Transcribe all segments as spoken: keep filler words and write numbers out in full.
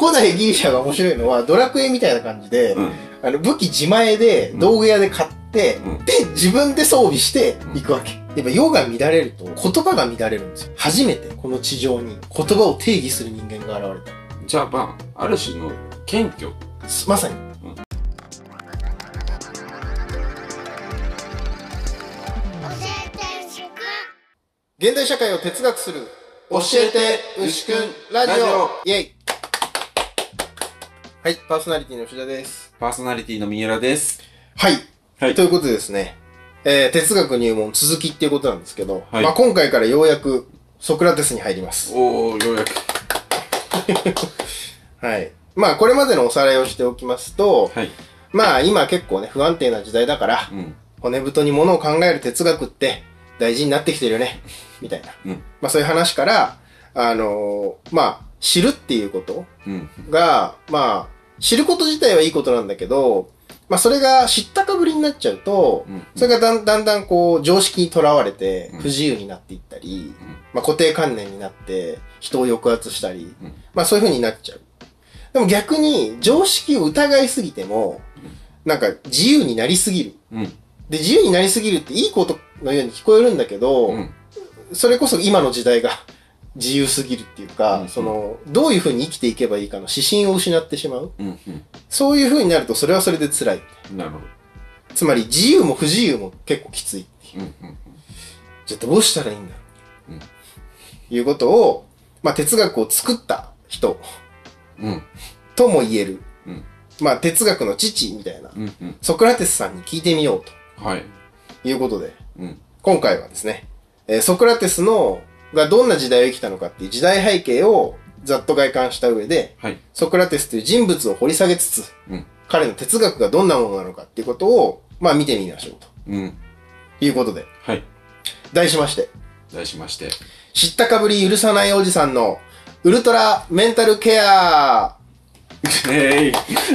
古代ギリシャが面白いのは、ドラクエみたいな感じで、うん、あの武器自前で道具屋で買って、うん、で、自分で装備していくわけ。やっぱ世が乱れると言葉が乱れるんですよ。初めてこの地上に言葉を定義する人間が現れた。 じゃあまあ、ある種の謙虚。 まさに。現代社会を哲学する教えて牛くんラジオイェイ。はい、パーソナリティの吉田です。 パーソナリティの三浦です。 はい、はい、ということでですね、えー、哲学入門続きっていうことなんですけど、はい、まあ今回からようやくソクラテスに入ります。 おー、ようやくはい、まあこれまでのおさらいをしておきますと、はい、まあ今結構ね不安定な時代だから、うん、骨太にものを考える哲学って大事になってきてるよねみたいな、うん、まあそういう話からあのー、まあ知るっていうことが、うん、まあ知ること自体はいいことなんだけど、まあそれが知ったかぶりになっちゃうと、うん、それがだんだんだんこう常識にとらわれて不自由になっていったり、うん、まあ固定観念になって人を抑圧したり、うん、まあそういう風になっちゃう。でも逆に常識を疑いすぎても、なんか自由になりすぎる。うん、で、自由になりすぎるっていいことのように聞こえるんだけど、うん、それこそ今の時代が自由すぎるっていうか、うんうん、その、どういう風に生きていけばいいかの指針を失ってしまう。うんうん、そういう風になるとそれはそれで辛い。 なるほど。 つまり自由も不自由も結構きついっていう。うんうんうん、じゃあどうしたらいいんだろう、うん、いうことを、まあ哲学を作った人、うん、とも言える。うん、まあ哲学の父みたいな、うんうん、ソクラテスさんに聞いてみようと。はい。いうことで、うん、今回はですね、えー、ソクラテスのがどんな時代を生きたのかっていう時代背景をざっと概観した上で、はい、ソクラテスという人物を掘り下げつつ、うん、彼の哲学がどんなものなのかっていうことを、まあ見てみましょうと。うん、いうことで、はい、題しまして、 題しまして、 知ったかぶり許さないおじさんのウルトラメンタルケアえい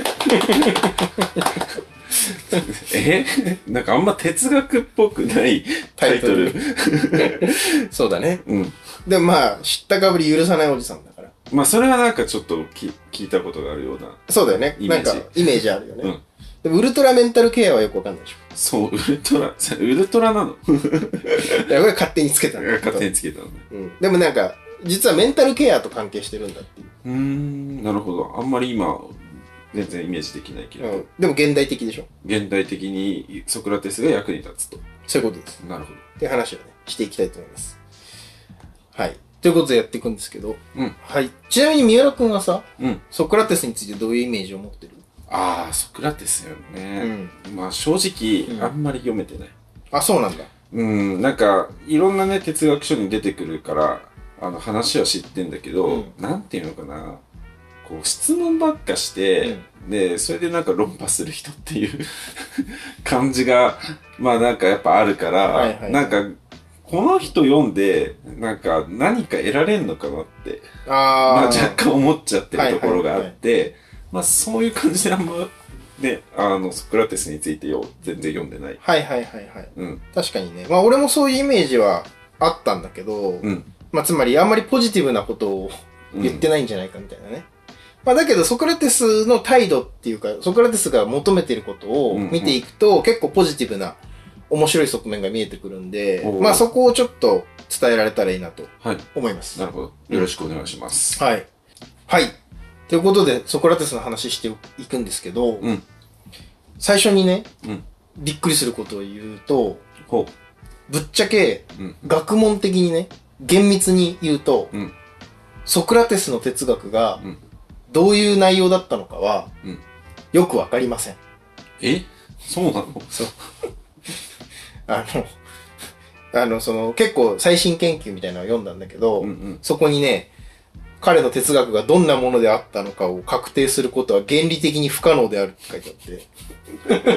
えなんかあんま哲学っぽくないタイトル。 そうだね。うん。でもまあ、知ったかぶり許さないおじさんだから。 まあそれはなんかちょっとき聞いたことがあるような。 そうだよね。なんかイメージあるよね。うん。でもウルトラメンタルケアはよくわかんないでしょ。 そう、ウルトラ、ウルトラなのいや、これ勝手につけたんだ。 勝手につけたのね。 うん。でもなんか、実はメンタルケアと関係してるんだっていう。 うーん、なるほど。あんまり今、全然イメージできないけど、うん、 でも現代的でしょ。 現代的にソクラテスが役に立つと。 そういうことです。 なるほど。 っていう話をね、していきたいと思います。はい。ということでやっていくんですけど、うん、はい。ちなみに三浦くんはさ、うん、ソクラテスについてどういうイメージを持ってる？ ああ、ソクラテスよね。うん、まあ正直、うん、あんまり読めてない。 あ、そうなんだ。 うん、なんか、いろんなね、哲学書に出てくるから、あの話は知ってんだけど、うん、なんていうのかな。こう質問ばっかして、うん、で、それでなんか論破する人っていう感じが、まあなんかやっぱあるから、はいはいはい、なんか、この人読んで、なんか何か得られんのかなって、あまあ若干思っちゃってるところがあって、はいはいはい、まあそういう感じであんま、ね、あの、ソクラテスについてよ全然読んでない。 はいはいはいはい。うん。確かにね。まあ俺もそういうイメージはあったんだけど、うん、まあつまりあんまりポジティブなことを言ってないんじゃないかみたいなね。うんまあだけどソクラテスの態度っていうか、ソクラテスが求めてることを見ていくと、うんうん、結構ポジティブな面白い側面が見えてくるんで、まあそこをちょっと伝えられたらいいなと思います。 はい、なるほど。よろしくお願いします。 うん、はい。はい。ということで、ソクラテスの話していくんですけど、うん、最初にね、うん、びっくりすることを言うと、ほうぶっちゃけ、うん、学問的にね、厳密に言うと、うん、ソクラテスの哲学が、うんどういう内容だったのかは、うん、よくわかりません。 えそうなのそう。あの、あの、その、結構最新研究みたいなのを読んだんだけど、うんうん、そこにね、彼の哲学がどんなものであったのかを確定することは原理的に不可能であるって書いてあって。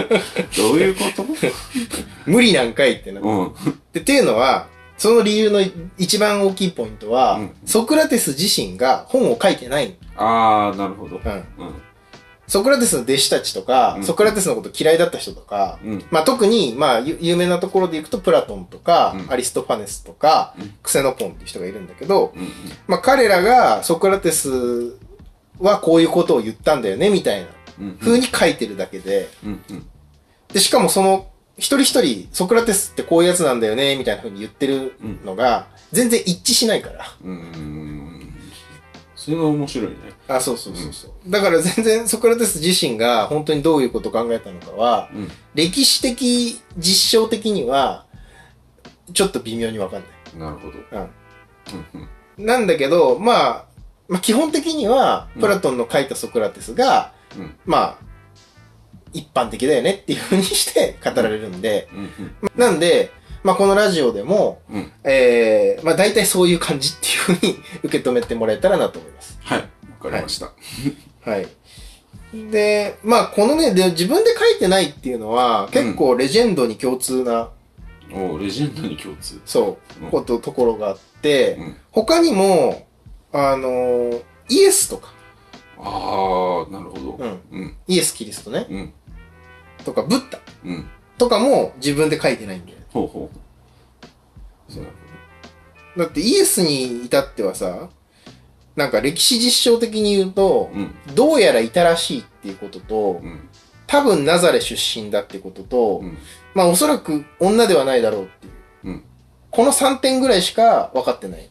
どういうこと無理なんかいってなって、うん。で。っていうのは、その理由の一番大きいポイントは、うん、ソクラテス自身が本を書いてないの。 ああ、なるほど。うん。うん、 ソクラテスの弟子たちとか、うん、ソクラテスのこと嫌いだった人とか、うん、まあ特に、まあ有名なところでいくとプラトンとか、うん、アリストファネスとか、うん、クセノポンっていう人がいるんだけど、うん、まあ彼らがソクラテスはこういうことを言ったんだよねみたいな風に書いてるだけで、 うんうん、 でしかもその一人一人ソクラテスってこういうやつなんだよねみたいな風に言ってるのが全然一致しないから、 うんうん、それが面白いね。 あ、そうそうそうそう、うん、だから全然ソクラテス自身が本当にどういうことを考えたのかは、うん、歴史的実証的にはちょっと微妙に分かんない。 なるほど、 うんうん、なんだけど、まあ、まあ基本的にはプラトンの書いたソクラテスが、うん、まあ一般的だよねっていう風にして語られるんで、うんうんうん、なんで、まあこのラジオでも、うん、えー、まあ大体そういう感じっていう風に受け止めてもらえたらなと思います。 はい、わかりました。 はい。で、まあこのね、で自分で書いてないっていうのは結構レジェンドに共通な、 うん、おレジェンドに共通そう、うん、こと、ところがあって、うん、他にも、あのー、イエスとか。 ああ、なるほど。 うんうん、イエス・キリストね。 うん、 とか、ブッダ、うん、とかも自分で書いてないんだよ。 ほうほう。 そう。だってイエスに至ってはさ、なんか歴史実証的に言うと、うん、どうやらいたらしいっていうことと、うん、多分ナザレ出身だってことと、うん、まあおそらく女ではないだろうっていう。うん、このさんてんぐらいしか分かってない。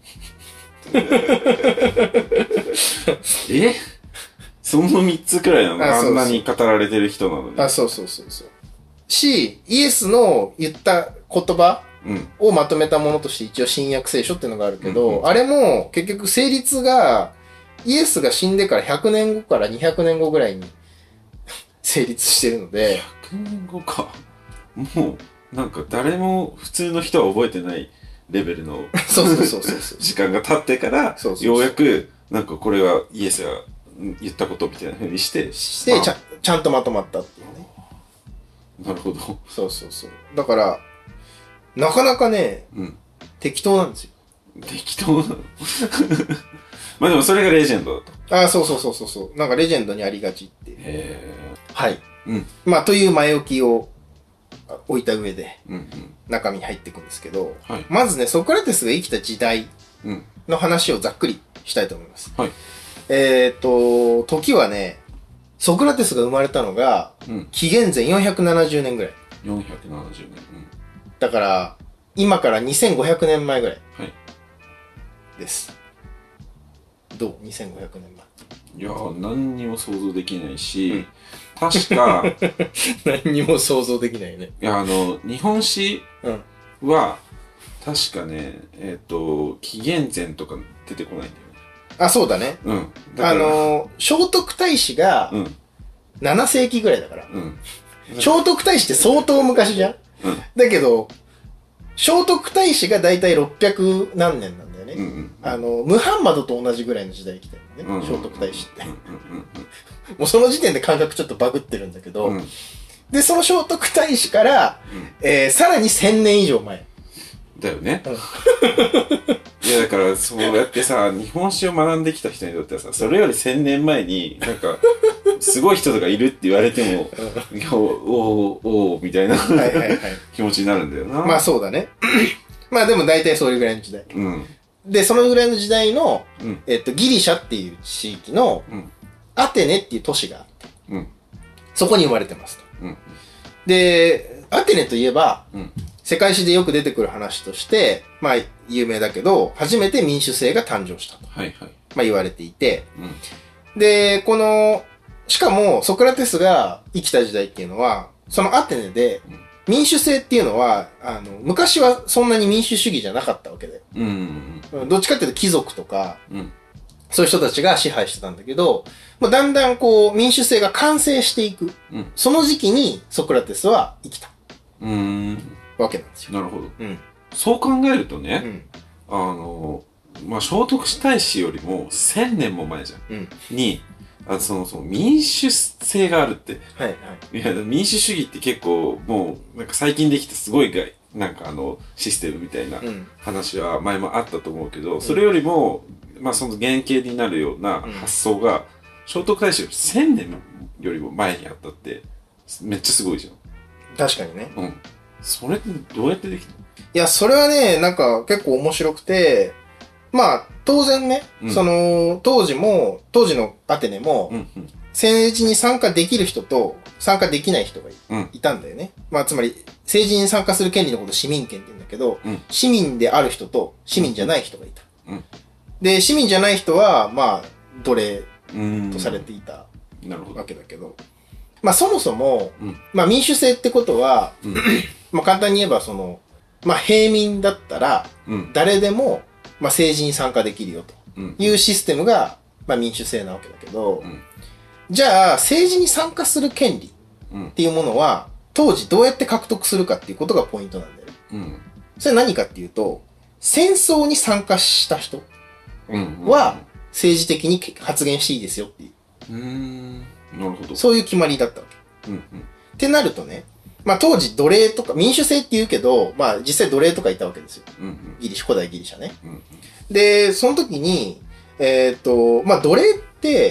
えそのみっつくらいなの？ あ, あんなに語られてる人なのに。 あ、そうそうそうそう。し、イエスの言った言葉をまとめたものとして一応新約聖書っていうのがあるけど、うんうん、あれも結局成立が、イエスが死んでからひゃくねんごからにひゃくねんごぐらいに成立してるので。 ひゃくねんごか。もう、なんか誰も普通の人は覚えてないレベルのそうそうそうそう時間が経ってから、そうそうそうようやく、なんかこれはイエスが言ったことみたいな風にして、 してちゃ、ちゃんとまとまったっていうね。 なるほど。 そうそうそう。だから、なかなかね、うん、適当なんですよ。 適当なのまあでもそれがレジェンドだと。 ああ、そうそうそうそうそう。なんかレジェンドにありがちっていう。 へー。はい。うん。まあという前置きを置いた上で、うんうん、中身に入っていくんですけど、はい、まずね、ソクラテスが生きた時代の話をざっくりしたいと思います。はい、えっと、時はね、ソクラテスが生まれたのが、うん、紀元前よんひゃくななじゅうねんぐらい。 よんひゃくななじゅうねん。うん、 だから、今からにせんごひゃくねんまえぐらい。はい。です。どう ?にせんごひゃくねんまえ。 いやー、何にも想像できないし、うん、確か、 何にも想像できないよね。 いや、あの、日本史は、うん、確かね、えっ、ー、と、紀元前とか出てこないんだよね。 あ、そうだね。うん。あの、聖徳太子が、ななせいきぐらいだから。うん。聖徳太子って相当昔じゃん、うん、だけど、聖徳太子がだいたいろっぴゃくなんねんなんだよね。うんうん、あの、ムハンマドと同じぐらいの時代来てるのね、聖徳太子って。もうその時点で感覚ちょっとバグってるんだけど、うん、で、その聖徳太子から、うん、えー、さらにせんねん以上前。 だよね。うん、いやだからそうやってさ、日本史を学んできた人にとってはさ、それよりせんねんまえになんかすごい人とかいるって言われても、いやおおおおみたいなはいはい、はい、気持ちになるんだよな。 まあそうだね。まあでも大体それぐらいの時代。うん、でそのぐらいの時代の、うん、えっとギリシャっていう地域の、うん、アテネっていう都市があって、うん、そこに生まれてますと。うん、でアテネといえば。うん世界史でよく出てくる話として、まあ、有名だけど、初めて民主制が誕生したと。はいはい。まあ言われていて、うん、で、この、しかも、ソクラテスが生きた時代っていうのは、そのアテネで、民主制っていうのは、あの、昔はそんなに民主主義じゃなかったわけで。うんうんうん、どっちかっていうと貴族とか、うん、そういう人たちが支配してたんだけど、もうだんだんこう、民主制が完成していく。うん、その時期にソクラテスは生きた。うーんわけなんですよ。 なるほど。うん、そう考えるとね、うん、あの、まあ、聖徳太子よりもせんねんも前じゃん。うん、に、あその、その民主制があるって。はいはい。いや、民主主義って結構もう、なんか最近できたすごいが、なんかあの、システムみたいな話は前もあったと思うけど、うん、それよりも、まあその原型になるような発想が、聖徳太子よりせんねんよりも前にあったって、めっちゃすごいじゃん。 確かにね。 うん。それってどうやってできたの？ いや、それはね、なんか結構面白くて、 まあ、当然ね、うん、その、当時も、当時のアテネも、うんうん、政治に参加できる人と参加できない人が い,、うん、いたんだよね。まあ、つまり、政治に参加する権利のことを市民権って言うんだけど、うん、市民である人と市民じゃない人がいた。うん、で、市民じゃない人は、まあ、奴隷とされていたわけだけど、まあ、そもそも、うん、まあ、民主制ってことは、うん、まあ、簡単に言えば、その、まあ、平民だったら、誰でも、まあ、政治に参加できるよというシステムが、まあ、民主制なわけだけど、うん、じゃあ政治に参加する権利っていうものは当時どうやって獲得するかっていうことがポイントなんだよね。うん、それは何かっていうと、戦争に参加した人は政治的に発言していいですよっていう。うーん、なるほど。そういう決まりだったわけ。うんうん、ってなるとね、まあ当時奴隷とか、民主制って言うけど、まあ実際奴隷とかいたわけですよ。うんうん、ギリシャ、古代ギリシャね。うんうん、で、その時に、えっと、まあ奴隷って、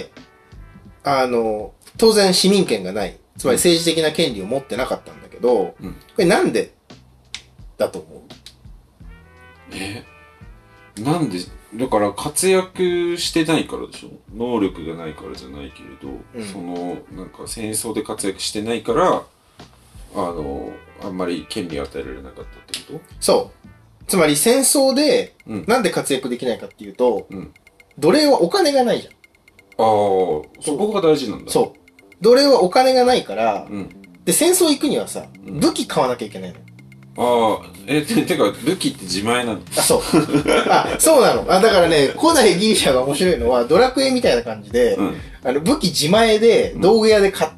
あの、当然市民権がない。つまり政治的な権利を持ってなかったんだけど、うん、これなんでだと思う？ えなんでだから活躍してないからでしょ。能力がないからじゃないけれど、うん、その、なんか戦争で活躍してないから、あの、あんまり権利を与えられなかったってこと？ そう。つまり戦争で、なんで活躍できないかっていうと、うん、奴隷はお金がないじゃん。ああ、そこが大事なんだ。 そう。奴隷はお金がないから、うん、で、戦争行くにはさ、武器買わなきゃいけないの。 ああ、え、て、てか、武器って自前なの？ あ、そう。あ、そうなの。あ、だからね、古代ギリシャが面白いのは、ドラクエみたいな感じで、うん、あの、武器自前で、道具屋で買って、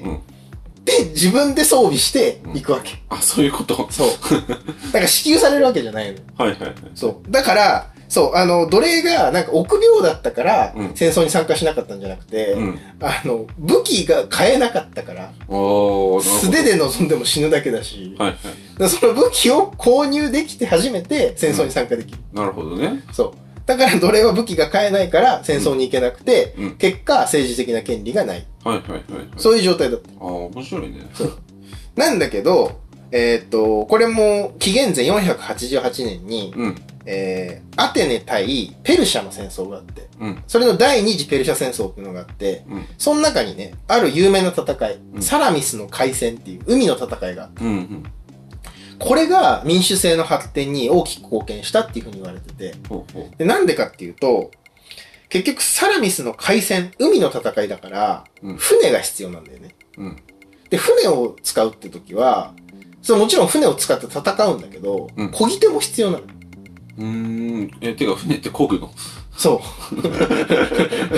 うんで、自分で装備して行くわけ。 うん、あ、そういうこと？ そう。だから支給されるわけじゃないの。 はいはいはい。 そう。だから、そう、あの、奴隷がなんか臆病だったから、戦争に参加しなかったんじゃなくて、うん、あの、武器が買えなかったから、素手で臨んでも死ぬだけだし、はいはい、その武器を購入できて初めて戦争に参加できる。 うん、なるほどね。 そう。だから奴隷は武器が買えないから戦争に行けなくて、うん、結果政治的な権利がない。 はいはいはい、はい。 そういう状態だった。 ああ、面白いね。 そう。なんだけど、えー、っと、これも紀元前よんひゃくはちじゅうはちねんに、うん、えー、アテネ対ペルシャの戦争があって、うん、それの第二次ペルシャ戦争っていうのがあって、うん、その中にね、ある有名な戦い、うん、サラミスの海戦っていう海の戦いがあって、うんうん、これが民主制の発展に大きく貢献したっていうふうに言われてて、ほうほうでなんでかっていうと、結局サラミスの海戦、海の戦いだから、うん、船が必要なんだよね。うん、で、船を使うって時は、それもちろん船を使って戦うんだけど、うん、漕ぎ手も必要なの。 うーん。え、てか船って漕ぐの？ そう。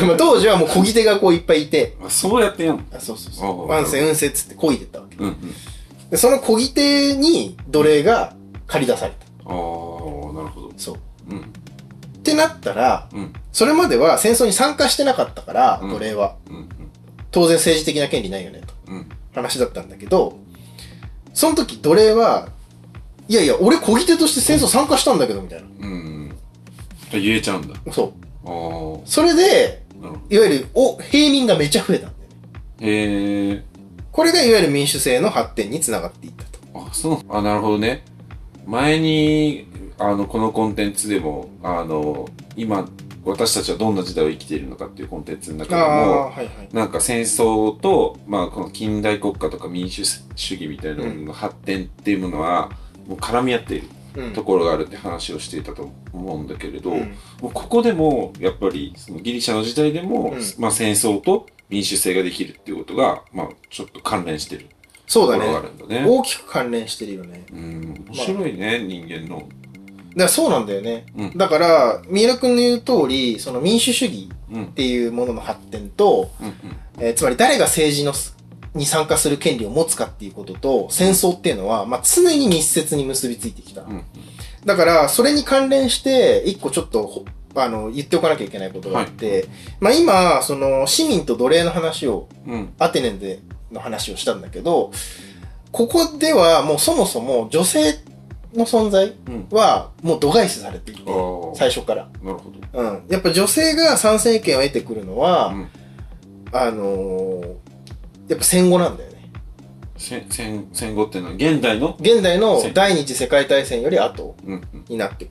まあ当時はもう漕ぎ手がこういっぱいいて。 あ、そうやってやんの？ あ、そうそうそう。ワンセウンセっつって漕いでったわけ。うんうん、でその漕ぎ手に奴隷が借り出された。 ああ、なるほど。 そう。うん。ってなったら、うん、それまでは戦争に参加してなかったから、うん、奴隷は、うんうん。当然政治的な権利ないよね、と。うん、話だったんだけど、その時奴隷は、いやいや、俺漕ぎ手として戦争参加したんだけど、みたいな。うん。 言えちゃうんだ。 そう。ああ。それで、いわゆる、お、平民がめっちゃ増えたんだよね。へえ。これがいわゆる民主制の発展につながっていったと。 あ、そう。あ、なるほどね。前に、あの、このコンテンツでも、あの、今、私たちはどんな時代を生きているのかっていうコンテンツの中でも、はいはい、なんか戦争と、まあ、この近代国家とか民主主義みたいなものの発展っていうものは、もう絡み合っているところがあるって話をしていたと思うんだけれど、うん、もうここでも、やっぱり、そのギリシャの時代でも、うん、まあ戦争と民主制ができるっていうことが、まあ、ちょっと関連してる。 そうだね。ところがあるんだね。大きく関連してるよね。 うん、面白いね、まあ、人間の。 だからそうなんだよね。うん、だから、三浦君の言う通り、その民主主義っていうものの発展と、うんうんえー、つまり誰が政治のに参加する権利を持つかっていうことと、戦争っていうのは、まあ、常に密接に結びついてきた。うんうん、だから、それに関連して、一個ちょっと、あの、言っておかなきゃいけないことがあって、はい、まあ今、その、市民と奴隷の話を、うん、アテネでの話をしたんだけど、ここではもうそもそも女性の存在はもう度外視されていて、うん、最初から。 なるほど。 うん。やっぱ女性が参政権を得てくるのは、うん、あのー、やっぱ戦後なんだよね。 戦、戦、戦後っていうのは現代の現代の第二次世界大戦より後になってくる。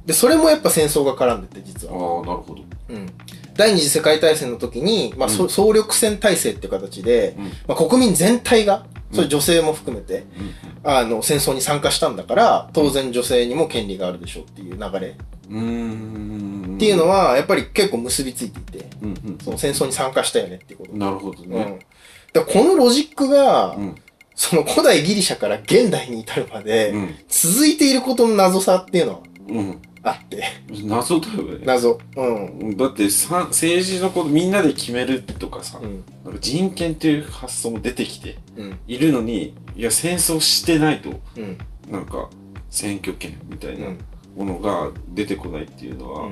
で、それもやっぱ戦争が絡んでて、実は。 ああ、なるほど。 うん。第二次世界大戦の時に、まあ、うん、総力戦体制っていう形で、うん、まあ、国民全体が、それ女性も含めて、うん、あの、戦争に参加したんだから、当然女性にも権利があるでしょうっていう流れ。うーん。っていうのは、やっぱり結構結びついていて、うんうん、その戦争に参加したよねっていうこと。 なるほどね。うん、 だからこのロジックが、うん、その古代ギリシャから現代に至るまで、続いていることの謎さっていうのは、うんあって。 謎だよね。 謎。うん。 だってさ、政治のことみんなで決めるとかさ、うん、なんか人権っていう発想も出てきているのに、うん、いや戦争してないと、うん、なんか選挙権みたいなものが出てこないっていうのは、うん、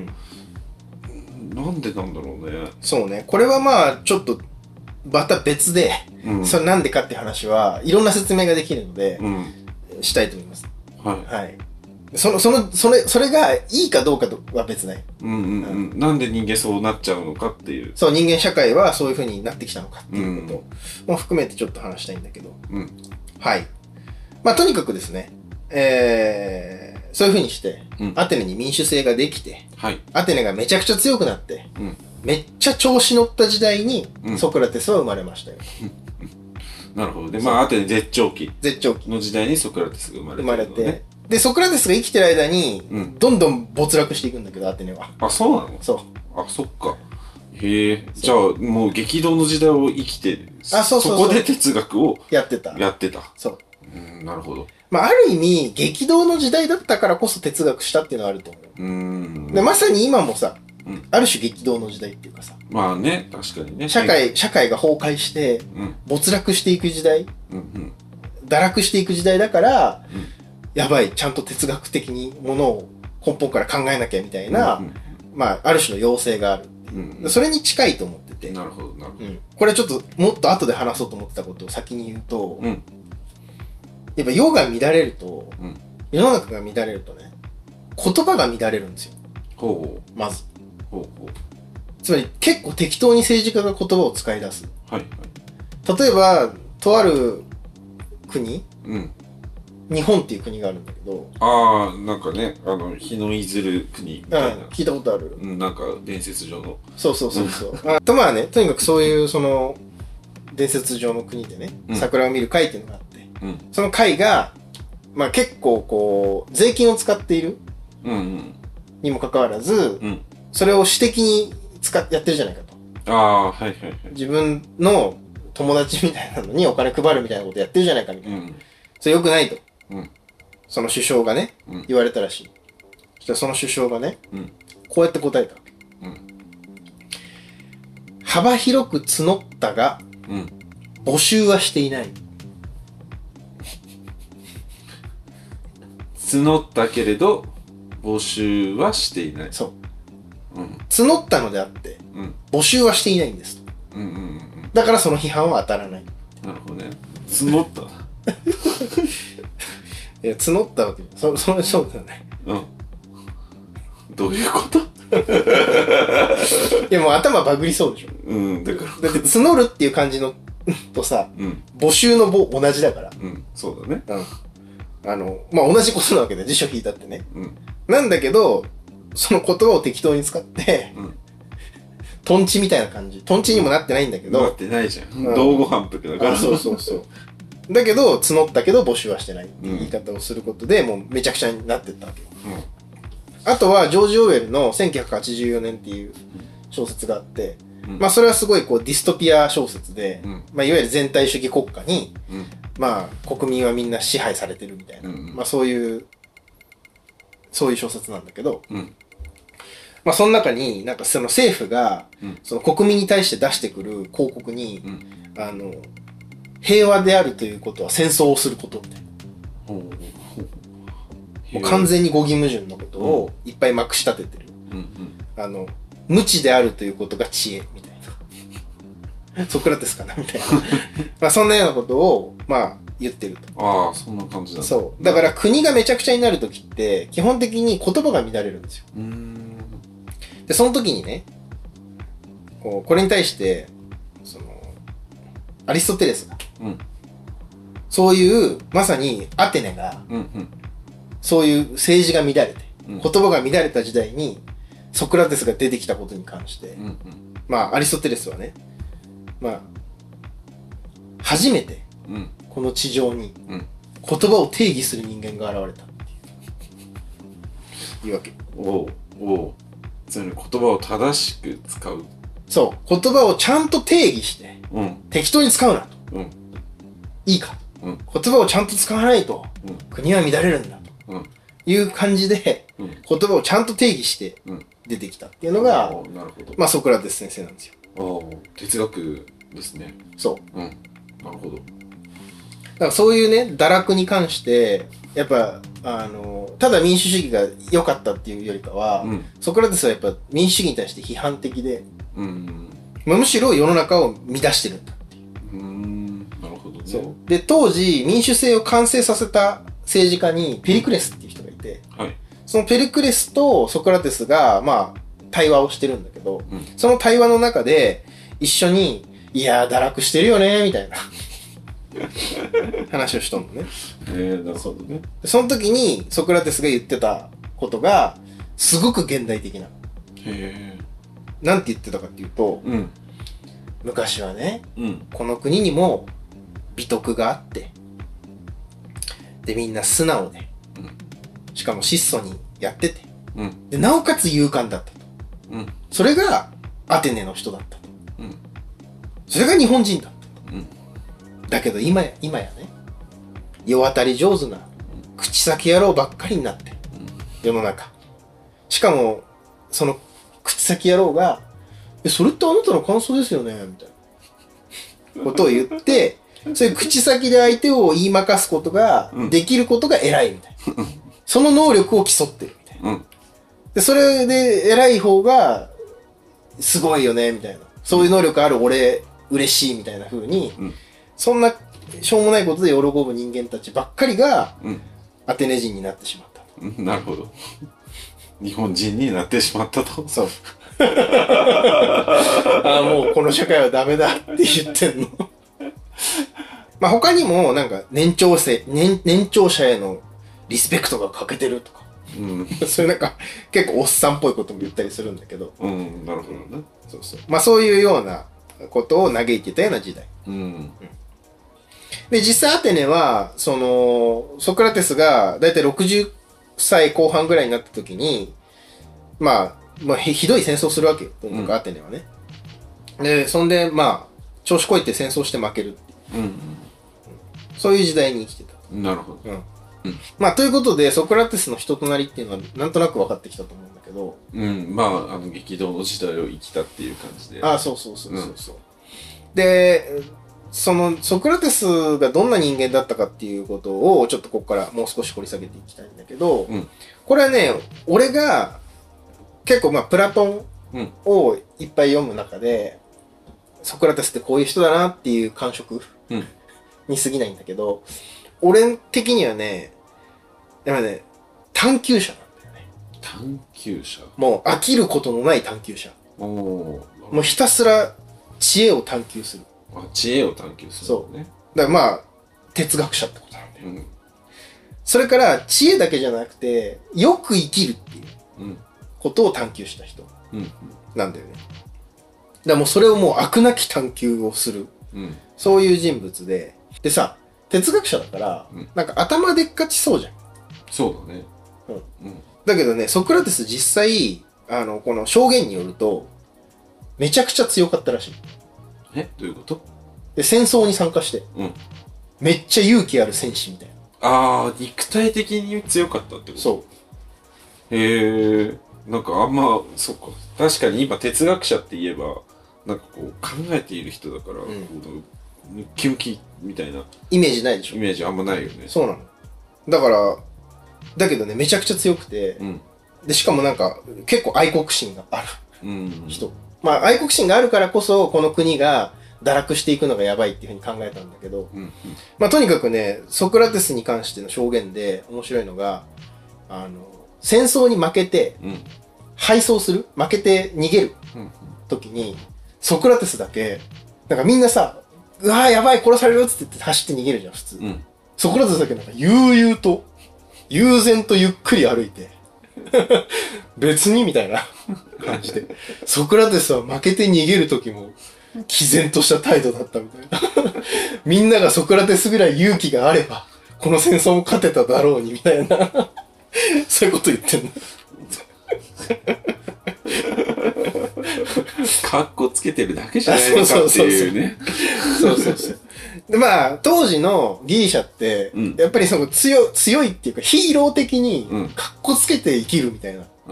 なんでなんだろうね。 そうね。これはまあちょっとまた別で、うん、それなんでかっていう話はいろんな説明ができるので、うん、したいと思います。はい。はい。その、その、それ、それがいいかどうかとは別ない。 うんうんうん。うん、なんで人間そうなっちゃうのかっていう。 そう、人間社会はそういう風になってきたのかっていうことも含めてちょっと話したいんだけど。うん。はい。まあ、とにかくですね、えー、そういう風にして、うん、アテネに民主制ができて、はい。アテネがめちゃくちゃ強くなって、うん。めっちゃ調子乗った時代に、ソクラテスは生まれましたよ。うんなるほど。で、まあ、アテネ絶頂期。 絶頂期。 の時代にソクラテスが生まれて、ね。生まれて。 で、ソクラテスが生きてる間に、うん、どんどん没落していくんだけど、アテネは。 あ、そうなのそう。 あ、そっか。へえ。じゃあ、もう激動の時代を生きて、あ、そうそうそう。そこで哲学をやってた。 やってた。 そう。 うん、なるほど。 まあ、ある意味、激動の時代だったからこそ哲学したっていうのはあると思う。うん。で、まさに今もさ、うん、ある種激動の時代っていうかさ。 まあね、確かにね。 社会、社会が崩壊して、うん、没落していく時代、うんうん、堕落していく時代だから、うん、やばい、ちゃんと哲学的にものを根本から考えなきゃみたいな、うんうん、まあ、ある種の要請がある。うんうん、それに近いと思ってて。 なるほど、なるほど、うん。これちょっともっと後で話そうと思ってたことを先に言うと、うん、やっぱ世が乱れると、うん、世の中が乱れるとね、言葉が乱れるんですよ。 ほうほうまず。ほうほうつまり結構適当に政治家が言葉を使い出す。はいはい、例えば、とある国、うん、日本っていう国があるんだけど。 ああ、なんかね、あの、日の出る国みたいな。うん、 聞いたことある。 うん、なんか伝説上の。 そうそうそうそう。あとまあね、とにかくそういうその、伝説上の国でね、うん、桜を見る会っていうのがあって、うん、その会が、まあ結構こう、税金を使っている、うんうん、にもかかわらず、うん、それを私的に使ってやってるじゃないかと。 ああ、はいはいはい。 自分の友達みたいなのにお金配るみたいなことやってるじゃないかみたいな。うん、それ良くないと。うん、その首相がね、うん、言われたらしい。そしたらその首相がね、うん、こうやって答えた。うん、幅広く募ったが、うん、募集はしていない。 募ったけれど、募集はしていない。 そう。うん、募ったのであって、うん、募集はしていないんですと。うんうんうん、だからその批判は当たらない。 なるほどね。募ったいや、募ったわけそ、それそうだよね。うん。 どういうこといや、もう頭バグりそうでしょ。 うん、だから。 だって募るっていう感じのとさ、うん、募集の募同じだから。 うん、そうだね。うん。 あの、まあ、同じことなわけで、辞書引いたってね。うん。なんだけど、その言葉を適当に使って、うん。トンチみたいな感じ。トンチにもなってないんだけど。 なってないじゃん。うん、道後反復だから。 そうそうそう。だけど、募ったけど募集はしてないっていう言い方をすることで、うん、もうめちゃくちゃになってったわけよ。うん、あとは、ジョージ・オーウェルのせんきゅうひゃくはちじゅうよねんっていう小説があって、うん、まあそれはすごいこうディストピア小説で、うん、まあいわゆる全体主義国家に、うん、まあ国民はみんな支配されてるみたいな、うんうん、まあそういう、そういう小説なんだけど、うん、まあその中になんかその政府が、うん、その国民に対して出してくる広告に、うん、あの、平和であるということは戦争をすることみたいな。ほうほうほうもう完全に語義矛盾のことをいっぱいまくし立ててる。うんうん、あの、無知であるということが知恵みたいな。ソクラテスかなみたいな。まあそんなようなことを、まあ言ってると。 ああ、そんな感じだ、ね。 そう。だから国がめちゃくちゃになるときって、基本的に言葉が乱れるんですよ。うーんで、その時にね、こう、これに対して、その、アリストテレスが、うん、そういう、まさにアテネが、うんうん、そういう政治が乱れて、 言葉が乱れた時代にソクラテスが出てきたことに関して、うんうん、まあアリストテレスはね、まあ初めてこの地上に言葉を定義する人間が現れたっていうわけ。 おうおう、つまり言葉を正しく使う。 そう、言葉をちゃんと定義して、うん、適当に使うなと、うん、いいか、うん、言葉をちゃんと使わないと、うん、国は乱れるんだと、うん、いう感じで、うん、言葉をちゃんと定義して出てきたっていうのが、うん、なるほど、まあソクラテス先生なんですよ。 あ、哲学ですね。 そう、 うん、なるほど。だからそういうね、堕落に関してやっぱあのただ民主主義が良かったっていうよりかは、うん、ソクラテスはやっぱ民主主義に対して批判的で、うん、むしろ世の中を乱してるんだっていう。うーん、なるほどね。そうで、当時民主制を完成させた政治家にペリクレスっていう人がいて、はい、そのペリクレスとソクラテスがまあ対話をしてるんだけど、うん、その対話の中で一緒にいやー堕落してるよねみたいな話をしとんのね。 えー、なるほどね。 その時にソクラテスが言ってたことがすごく現代的な。へー。なんて言ってたかっていうと、うん、昔はね、うん、この国にも美徳があって、でみんな素直で、うん、しかも質素にやってて、うん、でなおかつ勇敢だったと、うん、それがアテネの人だったと、うん、それが日本人だったと、うん、だけど今や今やね、世渡り上手な口先野郎ばっかりになって、うん、世の中、しかもその口先野郎が、え、それってあなたの感想ですよねみたいなことを言って、そういう口先で相手を言いまかすことができることが偉いみたいな。うん、その能力を競ってるみたいな。うん、で、それで偉い方がすごいよねみたいな。そういう能力ある俺嬉しいみたいな風に、うん、そんなしょうもないことで喜ぶ人間たちばっかりが、うん、アテネ人になってしまった。 うん、なるほど。日本人になってしまったと。 そう。ああ、もうこの社会はダメだって言ってんの。まあ他にもなんか年長生、年、年長者へのリスペクトが欠けてるとか。うん、そういうなんか結構おっさんっぽいことも言ったりするんだけど。 うん、なるほどね。 そうそう。まあそういうようなことを嘆いてたような時代。うん。うん、で、実際アテネは、その、ソクラテスがだいたいろくじゅっさいこう半ぐらいになった時に、まあ、まあ、ひどい戦争するわけよ。とにかくアテネはね。うん、で、そんで、まあ、調子こいて戦争して負けるっていう。うんうん、そういう時代に生きてた。 なるほど。うんうん、まあ、ということで、ソクラテスの人となりっていうのは、なんとなく分かってきたと思うんだけど。 うん、まあ、あの、激動の時代を生きたっていう感じで。 ああ、そうそうそうそうそう、うん。で、その、ソクラテスがどんな人間だったかっていうことを、ちょっとここからもう少し掘り下げていきたいんだけど、うん、これはね、俺が、結構まあプラトンをいっぱい読む中で、うん、ソクラテスってこういう人だなっていう感触、うん、に過ぎないんだけど、俺的にはね、やっぱね、探求者なんだよね。 探求者？ もう飽きることのない探求者。おもうひたすら知恵を探求する。 あ、知恵を探求する、ね。そう。 だからまあ、哲学者ってことなんだよ。うん、それから知恵だけじゃなくて、よく生きるっていう。うんことを探求した人なんだよね。だからもうそれをもう飽くなき探求をする、うん、そういう人物で、でさ、哲学者だから、うん、なんか頭でっかちそうじゃん。 そうだね。 うん。うん、だけどね、ソクラテス実際、あの、この証言によると、めちゃくちゃ強かったらしい。 え？どういうこと？ で、戦争に参加して、うん、めっちゃ勇気ある戦士みたいな。 ああ、肉体的に強かったってこと？ そう。 へえ。なんかあんま、そっか。確かに今哲学者って言えば、なんかこう考えている人だから、うん、ムッキムキみたいな。 イメージないでしょ？ イメージあんまないよね。 そうなの。だから、だけどね、めちゃくちゃ強くて、うん、で、しかもなんか結構愛国心がある、うん、人。まあ愛国心があるからこそ、この国が堕落していくのがやばいっていうふうに考えたんだけど、うんうん、まあとにかくね、ソクラテスに関しての証言で面白いのが、あの、戦争に負けて、うん、敗走する負けて逃げる時に、うん、ソクラテスだけ、なんかみんなさ、うわーやばい殺されるっつって走って逃げるじゃん、普通。うん、ソクラテスだけなんか悠々と、悠然とゆっくり歩いて、 別にみたいな感じで。ソクラテスは負けて逃げる時も、毅然とした態度だったみたいな。みんながソクラテスぐらい勇気があれば、この戦争も勝てただろうに、みたいな。そういうこと言ってんの。 カッコつけてるだけじゃないのかっていうね。 そうそうそう。で、まあ、当時のギリシャって、うん、やっぱりその強、強いっていうか、ヒーロー的に、カッコつけて生きるみたいな。うん、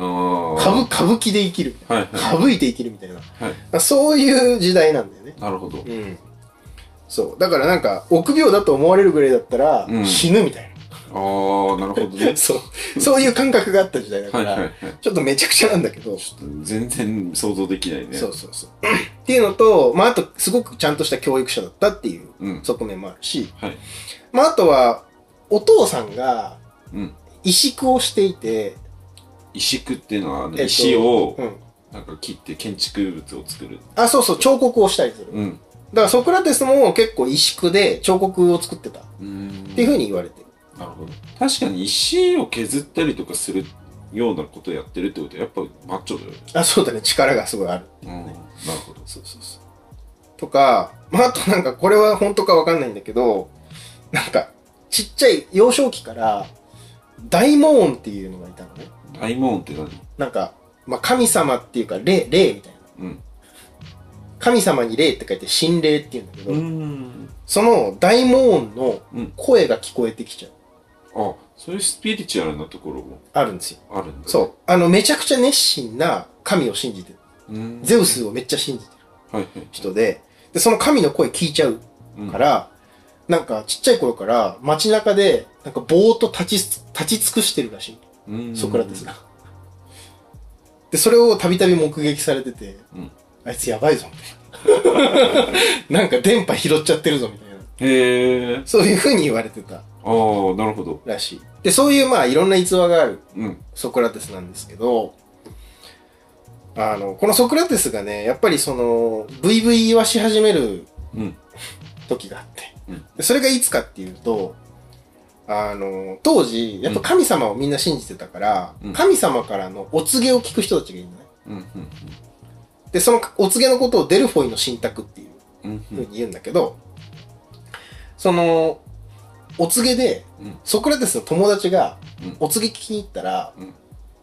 歌舞、歌舞伎で生きる。はいはい、歌舞いて生きるみたいな、はい。そういう時代なんだよね。 なるほど。 うん。そう。だからなんか、臆病だと思われるぐらいだったら、うん、死ぬみたいな。 ああ、なるほどね。 そう。そういう感覚があった時代だから、はいはいはい、ちょっとめちゃくちゃなんだけど。ちょっと全然想像できないね。 そうそうそう。っていうのと、まああと、すごくちゃんとした教育者だったっていう側面もあるし、うんはい、まああとは、お父さんが、石工をしていて、 うん、石工っていうのは、ね、石を、うん、なんか切って建築物を作る。 あ、そうそう、彫刻をしたりする。うん、だからソクラテスも結構石工で彫刻を作ってた。っていうふうに言われてる。 なるほど。確かに石を削ったりとかするようなことをやってるってことはやっぱマッチョだよね。 あ、そうだね。力がすごいある、 ね。うん。なるほど。 そうそうそう。とか、まあ、あとなんかこれは本当かわかんないんだけど、なんかちっちゃい幼少期から大魔王っていうのがいたのね。 大魔王って何？ なんか、まあ、神様っていうか霊、霊みたいな。うん。神様に霊って書いて神霊って言うんだけど、うんその大魔王の声が聞こえてきちゃう。 あ、そういうスピリチュアルなところもあるんですよ。 あるんだ、ね。 そう。あの、めちゃくちゃ熱心な神を信じてる。ゼウスをめっちゃ信じてる人で、で、その神の声聞いちゃうから、うん、なんかちっちゃい頃から街中で、なんかぼーっと立ち、立ち尽くしてるらしい。ソクラテスが。で、それをたびたび目撃されてて、うん、あいつやばいぞ、みたいな。なんか電波拾っちゃってるぞ、みたいな。 へー。 そういう風に言われてた。 ああ、なるほど。 らしい。で、そういうまあいろんな逸話があるソクラテスなんですけど、うん、あの、このソクラテスがね、やっぱりその、ブイブイ 言わし始める時があって、うん、でそれがいつかっていうと、あの、当時、やっぱ神様をみんな信じてたから、うん、神様からのお告げを聞く人たちがいるのね。うんうんうん、で、そのお告げのことをデルフォイの信託っていうふうに言うんだけど、その、お告げで、うん、ソクラテスの友達が、お告げ聞きに行ったら、うん、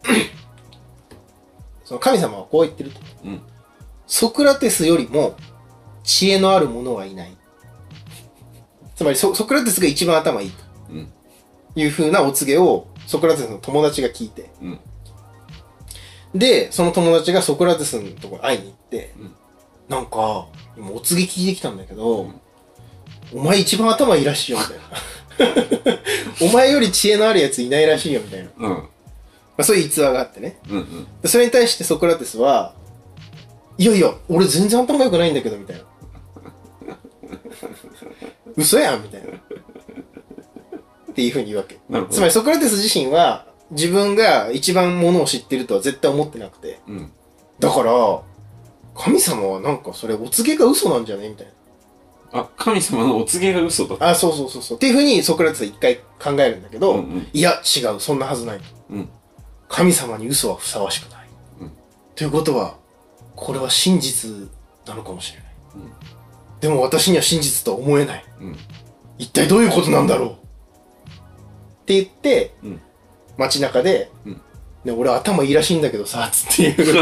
その神様はこう言ってると、うん。ソクラテスよりも知恵のある者はいない。つまりソ、ソクラテスが一番頭いいと、うん、いう風なお告げをソクラテスの友達が聞いて、うん、で、その友達がソクラテスのところに会いに行って、うん、なんか、今お告げ聞いてきたんだけど、うん、お前一番頭いいらしいよ、みたいな。お前より知恵のあるやついないらしいよみたいな、うんまあ、そういう逸話があってね、うんうん、でそれに対してソクラテスはいやいや俺全然頭良くないんだけどみたいな嘘やんみたいなっていうふうに言うわけ。つまりソクラテス自身は自分が一番ものを知ってるとは絶対思ってなくて、うん、だから神様はなんかそれお告げが嘘なんじゃねみたいな。 あ、神様のお告げが嘘だった。 あ、そうそうそうそう。っていうふうにソクラテスは一回考えるんだけど、うんうん、いや、違う、そんなはずないと、うん。神様に嘘はふさわしくない。うん、ということは、これは真実なのかもしれない。うん、でも私には真実とは思えない。うん、一体どういうことなんだろうって言って、うん、街中で、うんね、俺頭いいらしいんだけどさ、つって言う。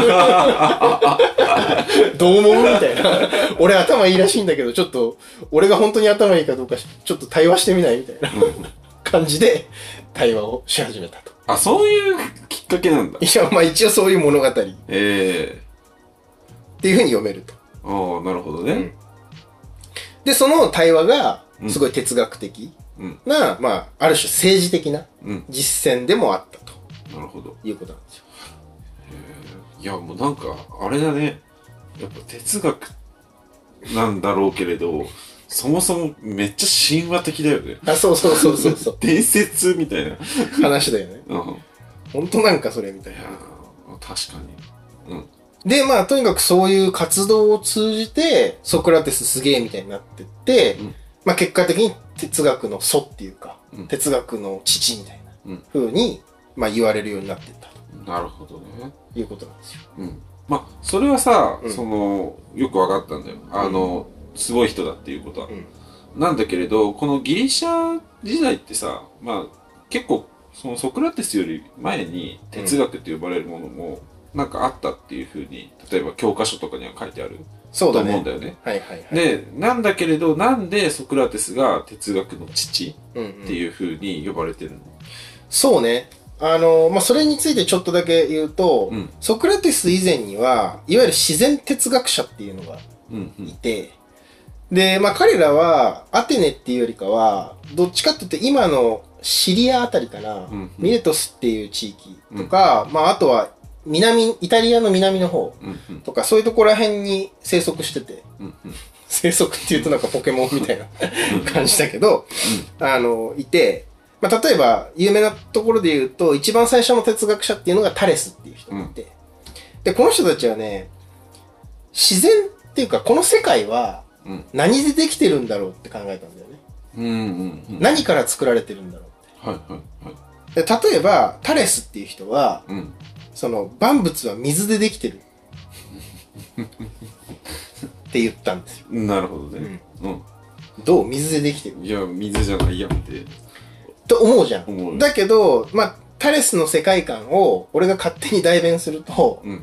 どう思うみたいな。俺頭いいらしいんだけど、ちょっと、俺が本当に頭いいかどうか、ちょっと対話してみないみたいな感じで、対話をし始めたと。 あ、そういうきっかけなんだ。 いや、まあ一応そういう物語。ええー。っていうふうに読めると。 ああ、なるほどね、うん。 で、その対話が、すごい哲学的な、うん、まあ、ある種政治的な実践でもあったと。 なるほど。 いうことなんですよ。 いや、もうなんか、あれだね。やっぱ哲学なんだろうけれど、そもそもめっちゃ神話的だよね。 あ、そうそうそうそうそう。 伝説みたいな話だよね。うん。ほんとなんかそれみたいな。いや確かに。うん。 で、まあ、とにかくそういう活動を通じて、ソクラテスすげえみたいになってって、うん、まあ結果的に哲学の祖っていうか、うん、哲学の父みたいな風に、まあ言われるようになっていったと。うなるほどね。 いうことなんですよ。 うん。まあ、それはさ、うん、その、よく分かったんだよ。あの、うん、すごい人だっていうことは。うん、なんだけれど、このギリシャ時代ってさ、まあ、結構、そのソクラテスより前に哲学って呼ばれるものも、なんかあったっていうふうに、例えば教科書とかには書いてある。そうだね。と思うんだよね。 はいはいはい。 で、なんだけれど、なんでソクラテスが哲学の父っていうふうに呼ばれてるの？ うんうん、そうね。あの、まあ、それについてちょっとだけ言うと、うん、ソクラテス以前には、いわゆる自然哲学者っていうのがいて、うんうん、で、まあ、彼らはアテネっていうよりかは、どっちかって言って今のシリアあたりかな、うんうん、ミレトスっていう地域とか、うん、まあ、あとは南、イタリアの南の方とか、うんうん、そういうところら辺に生息してて、うんうん、生息って言うとなんかポケモンみたいな感じだけど、うん、あの、いて、まあ、例えば、有名なところで言うと、一番最初の哲学者っていうのがタレスっていう人がいて、うん、で、この人たちはね、自然っていうか、この世界は何でできてるんだろうって考えたんだよね。うんうんうん、何から作られてるんだろうって。はいはいはい、で例えば、タレスっていう人は、うん、その、万物は水でできてるって言ったんですよ。 なるほどね。うんうん、 どう？水でできてる？ いや、水じゃないやんって。 と思うじゃん。だけど、まあ、タレスの世界観を俺が勝手に代弁すると、うん、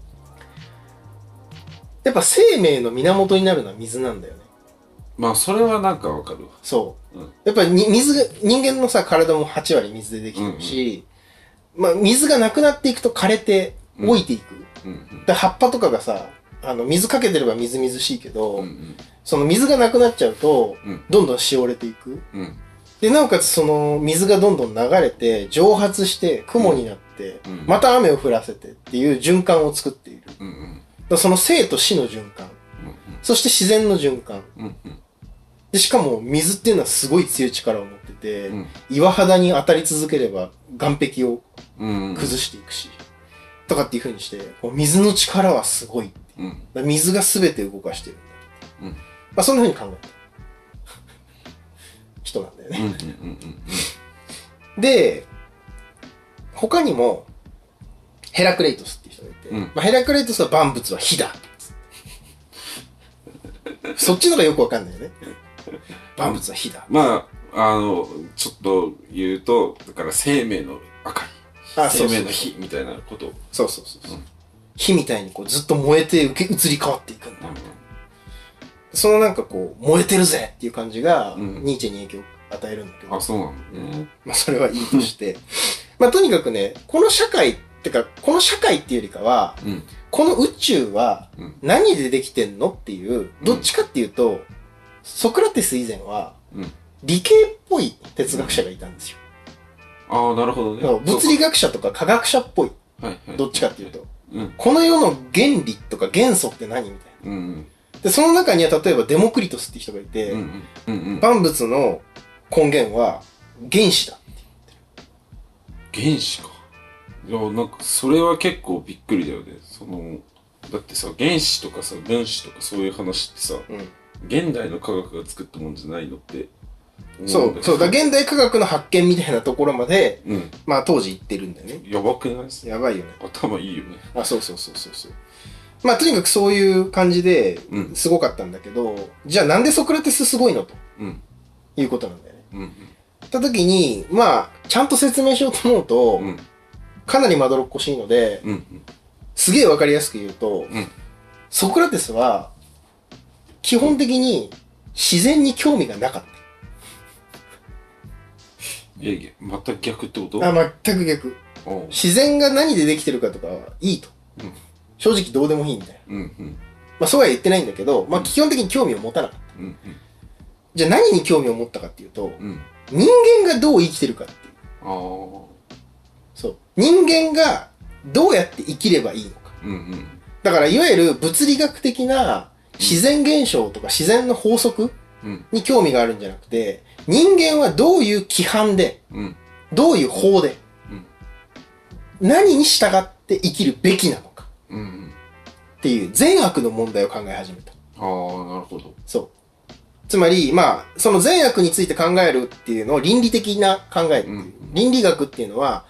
やっぱ生命の源になるのは水なんだよね。 まあ、それはなんかわかるわ。 そう。うん、やっぱり水が、人間のさ、体もはち割水でできてるし、うんうん、まあ、水がなくなっていくと枯れて老いていく。うんうん、で葉っぱとかがさ、あの、水かけてればみずみずしいけど、うんうん、その水がなくなっちゃうと、うん、どんどんしおれていく。うんで、なおかつその水がどんどん流れて、蒸発して雲になって、うん、また雨を降らせてっていう循環を作っている。うんうん、だその生と死の循環、うんうん。そして自然の循環、うんうん。で、しかも水っていうのはすごい強い力を持ってて、うん、岩肌に当たり続ければ岩壁を崩していくし、うんうん、とかっていう風にして、こう水の力はすごいっていう。うん、水が全て動かしてるんだ。うん、まあそんな風に考えた。人なんだよね。で、他にも、ヘラクレイトスっていう人がいて、うんまあ、ヘラクレイトスは万物は火だ。そっちのがよくわかんないよね。万物は火だ。 まあ、あの、ちょっと言うと、だから生命の明かり。あ生命の火みたいなこと。 そうそうそうそう、うん。火みたいにこうずっと燃えて移り変わっていくんだみたいな。そのなんかこう、燃えてるぜっていう感じが、うん、ニーチェに影響を与えるんだけど。 あ、そうなんだね。 まあそれはいいとして。まあとにかくね、この社会、ってか、この社会っていうよりかは、うん、この宇宙は何でできてんのっていう、どっちかっていうと、ソクラテス以前は、理系っぽい哲学者がいたんですよ。 ああ、なるほどね。 物理学者とか科学者っぽい。どっちかっていうと。うん、この世の原理とか元素って何みたいな。うんうんで、その中には例えばデモクリトスって人がいて、うんうんうんうん、万物の根源は原子だって言ってる。原子か。いや、なんかそれは結構びっくりだよね。その、だってさ、原子とかさ、分子とかそういう話ってさ、うん、現代の科学が作ったもんじゃないのって。 そう、そうだ、現代科学の発見みたいなところまで、うん、まあ当時言ってるんだよね。 やばくないですか？ やばいよね。 頭いいよね。 あ、そうそうそうそうそう。まあとにかくそういう感じですごかったんだけど、うん、じゃあなんでソクラテスすごいのと、うん、いうことなんだよね。うんうん、った時に、まあちゃんと説明しようと思うと、うん、かなりまどろっこしいので、うんうん、すげえわかりやすく言うと、うん、ソクラテスは基本的に自然に興味がなかった。 いやいや、全く逆ってこと？ あ、全く逆。自然が何でできてるかとかはいいと。うん正直どうでもいいみたいな。うんうん、まあそうは言ってないんだけど、まあ基本的に興味を持たなかった。うんうん、じゃあ何に興味を持ったかっていうと、うん、人間がどう生きてるかっていう。あそう。人間がどうやって生きればいいのか。うんうん、だからいわゆる物理学的な自然現象とか自然の法則に興味があるんじゃなくて、人間はどういう規範で、うん、どういう法で、うん、何に従って生きるべきなのか。うん、っていう善悪の問題を考え始めた。 ああ、なるほど。 そう。つまり、まあ、その善悪について考えるっていうのを倫理的な考えっていう、うん、倫理学っていうのは、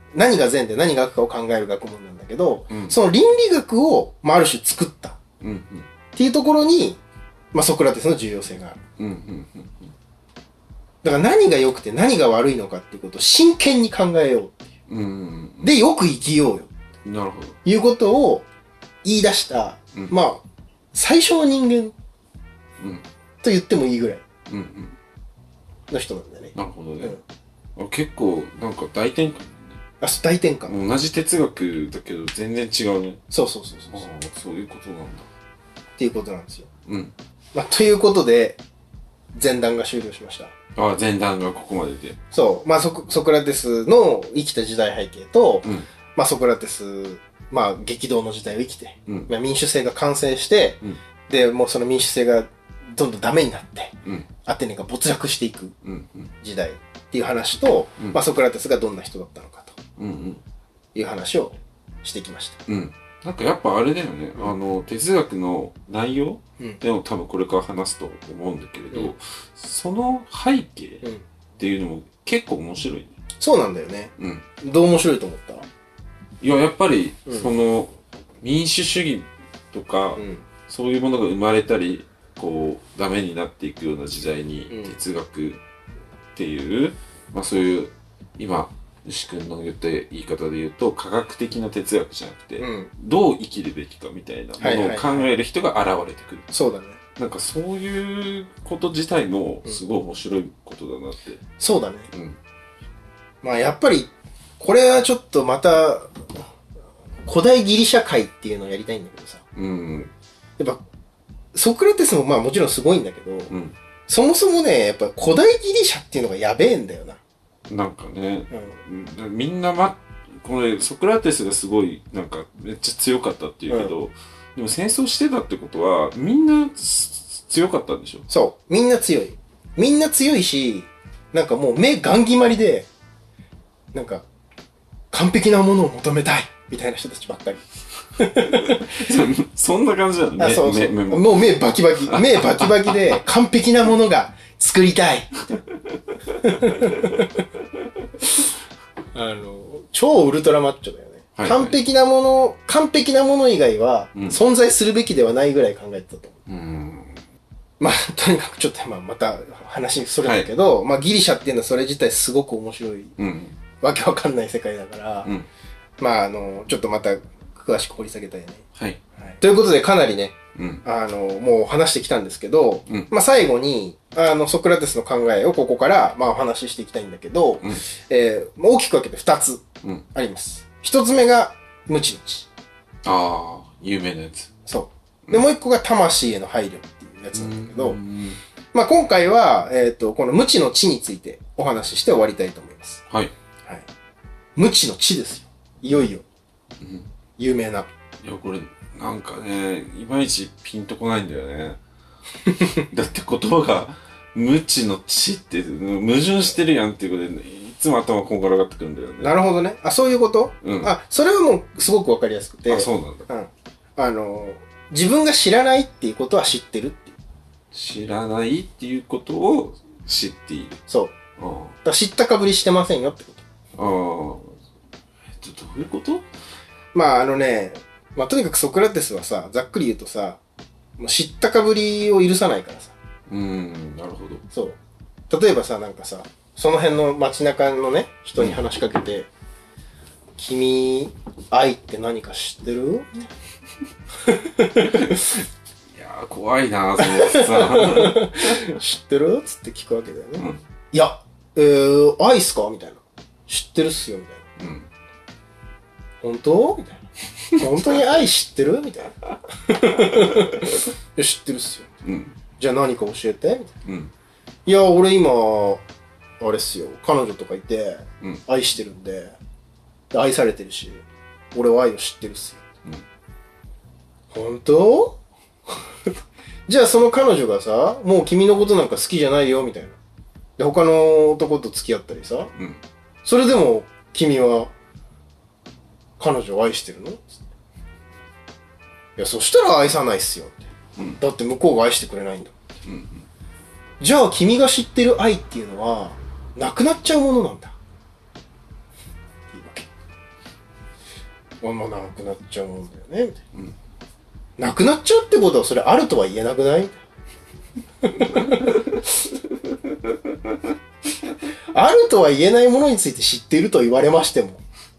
何が善で何が悪かを考える学問なんだけど、 うん、 その倫理学を、まあ、ある種作った。 うんうん、 っていうところに、まあ、ソクラテスの重要性がある。 うんうんうんうん、 だから何が良くて何が悪いのかっていうことを真剣に考えようっていう。 うんうんうん、 で、よく生きようよ。 なるほど。 いうことを言い出した、うん、まあ、最初の人間と言ってもいいぐらいの人なんだよね。 なるほどね。うん、結構、なんか大転換。 あ、大転換。 同じ哲学だけど全然違うね。 そうそうそうそう。 あ、そういうことなんだ。 っていうことなんですよ。 うん。 まあ、ということで、前段が終了しました。 ああ、前段がここまでで。 そう。まあソ、ソクラテスの生きた時代背景と、うん、まあ、ソクラテス、まあ、激動の時代を生きて、うん、まあ、民主制が完成して、うん、で、もうその民主制がどんどんダメになって、うん、アテネが没落していく時代っていう話と、うん、まあ、ソクラテスがどんな人だったのかという話をしてきました。 うん、なんかやっぱあれだよね、うん、あの、哲学の内容、うん、でも多分これから話すと思うんだけれど、うん、その背景っていうのも結構面白いね。 そうなんだよね。うん、どう面白いと思った？ いや、やっぱり、うん、その、民主主義とか、うん、そういうものが生まれたり、こう、ダメになっていくような時代に、哲学っていう、うん、まあそういう、今、牛くんの言った言い方で言うと、科学的な哲学じゃなくて、うん、どう生きるべきかみたいなものを考える人が現れてくる。 そうだね。 なんかそういうこと自体も、すごい面白いことだなって。うん、 そうだね。うん、まあやっぱり、これはちょっとまた、古代ギリシャ界っていうのをやりたいんだけどさ。うん。やっぱ、ソクラテスもまあもちろんすごいんだけど、うん、そもそもね、やっぱ古代ギリシャっていうのがやべえんだよな。 なんかね、うん、みんなま、これソクラテスがすごい、なんかめっちゃ強かったっていうけど、うん、でも戦争してたってことは、みんな強かったんでしょ？ そう。みんな強い。みんな強いし、なんかもう目ガン決まりで、なんか、完璧なものを求めたいみたいな人たちばっかり。 そ, そんな感じなのね。 あ、そうそう。も, もう目バキバキ。目バキバキで完璧なものが作りたい。あの、超ウルトラマッチョだよね。はいはい、完璧なもの、完璧なもの以外は存在するべきではないぐらい考えてたと思う。うん、まあ、とにかくちょっとまあまた話それだけど、はい、まあギリシャっていうのはそれ自体すごく面白い。うん、わけわかんない世界だから、うん、まああのちょっとまた詳しく掘り下げたいね。はい。はい、ということでかなりね、うん、あのもう話してきたんですけど、うん、まあ最後にあのソクラテスの考えをここからまあお話ししていきたいんだけど、うん、えー、大きく分けてふたつあります。ひとつめが無知の知。 ああ、有名なやつ。 そう。で、うん、もう一個が魂への配慮っていうやつなんだけど、まあ今回はえっとこの無知の知についてお話しして終わりたいと思います。はい。はい、無知の知ですよ。いよいよ。うん、有名な。 いや、これ、なんかね、いまいちピンとこないんだよね。だって言葉が、無知の知って、矛盾してるやんっていうことで、いつも頭こんがらがってくるんだよね。 なるほどね。あ、そういうこと、うん、あ、それはもうすごくわかりやすくて。 あ、そうなんだ。 うん。あの、自分が知らないっていうことは知ってるっていう。 知らないっていうことを知っている。 そう。ああ。だから知ったかぶりしてませんよってこと。 ああ。どういうこと？ まああのね、まあとにかくソクラテスはさ、ざっくり言うとさ、もう知ったかぶりを許さないからさ。 うーん、なるほど。 そう。例えばさ、なんかさ、その辺の街中のね、人に話しかけて、うん、君、愛って何か知ってる？いやー、怖いなー、そのさ。 知ってる？つって聞くわけだよね。うん、いや、えー、愛っすか？みたいな。知ってるっすよ、みたいな。うん、本当？みたいな。本当に愛知ってる？みたいな。いや、知ってるっすよ。うん、じゃあ何か教えて？みたいな。うん、いや、俺今、あれっすよ。彼女とかいて、うん、愛してるんで、で愛されてるし、俺は愛を知ってるっすよ。うん、本当？じゃあその彼女がさ、もう君のことなんか好きじゃないよ、みたいな。で、他の男と付き合ったりさ、うん、それでも君は、彼女を愛してるの？いや、そしたら愛さないっすよって、うん、だって向こうが愛してくれないんだ、うんうん、じゃあ君が知ってる愛っていうのはなくなっちゃうものなんだっていうわけ。 まあなくなっちゃうもんだよねみたいな、うん、なくなっちゃうってことはそれあるとは言えなくないあるとは言えないものについて知っていると言われましても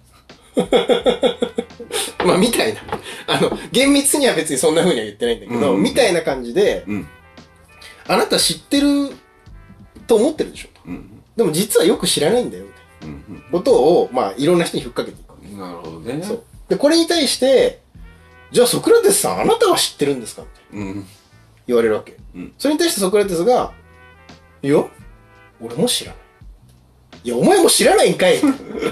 まあみたいな、あの厳密には別にそんな風には言ってないんだけど、うん、みたいな感じで、うん、あなた知ってると思ってるでしょ、うん、でも実はよく知らないんだよみたいな、うん、ことをまあいろんな人にふっかけていくわけ。 なるほどね。 そうでこれに対してじゃあソクラテスさんあなたは知ってるんですかって、うん、言われるわけ、うん、それに対してソクラテスがいや俺も知らない、いやお前も知らないんかい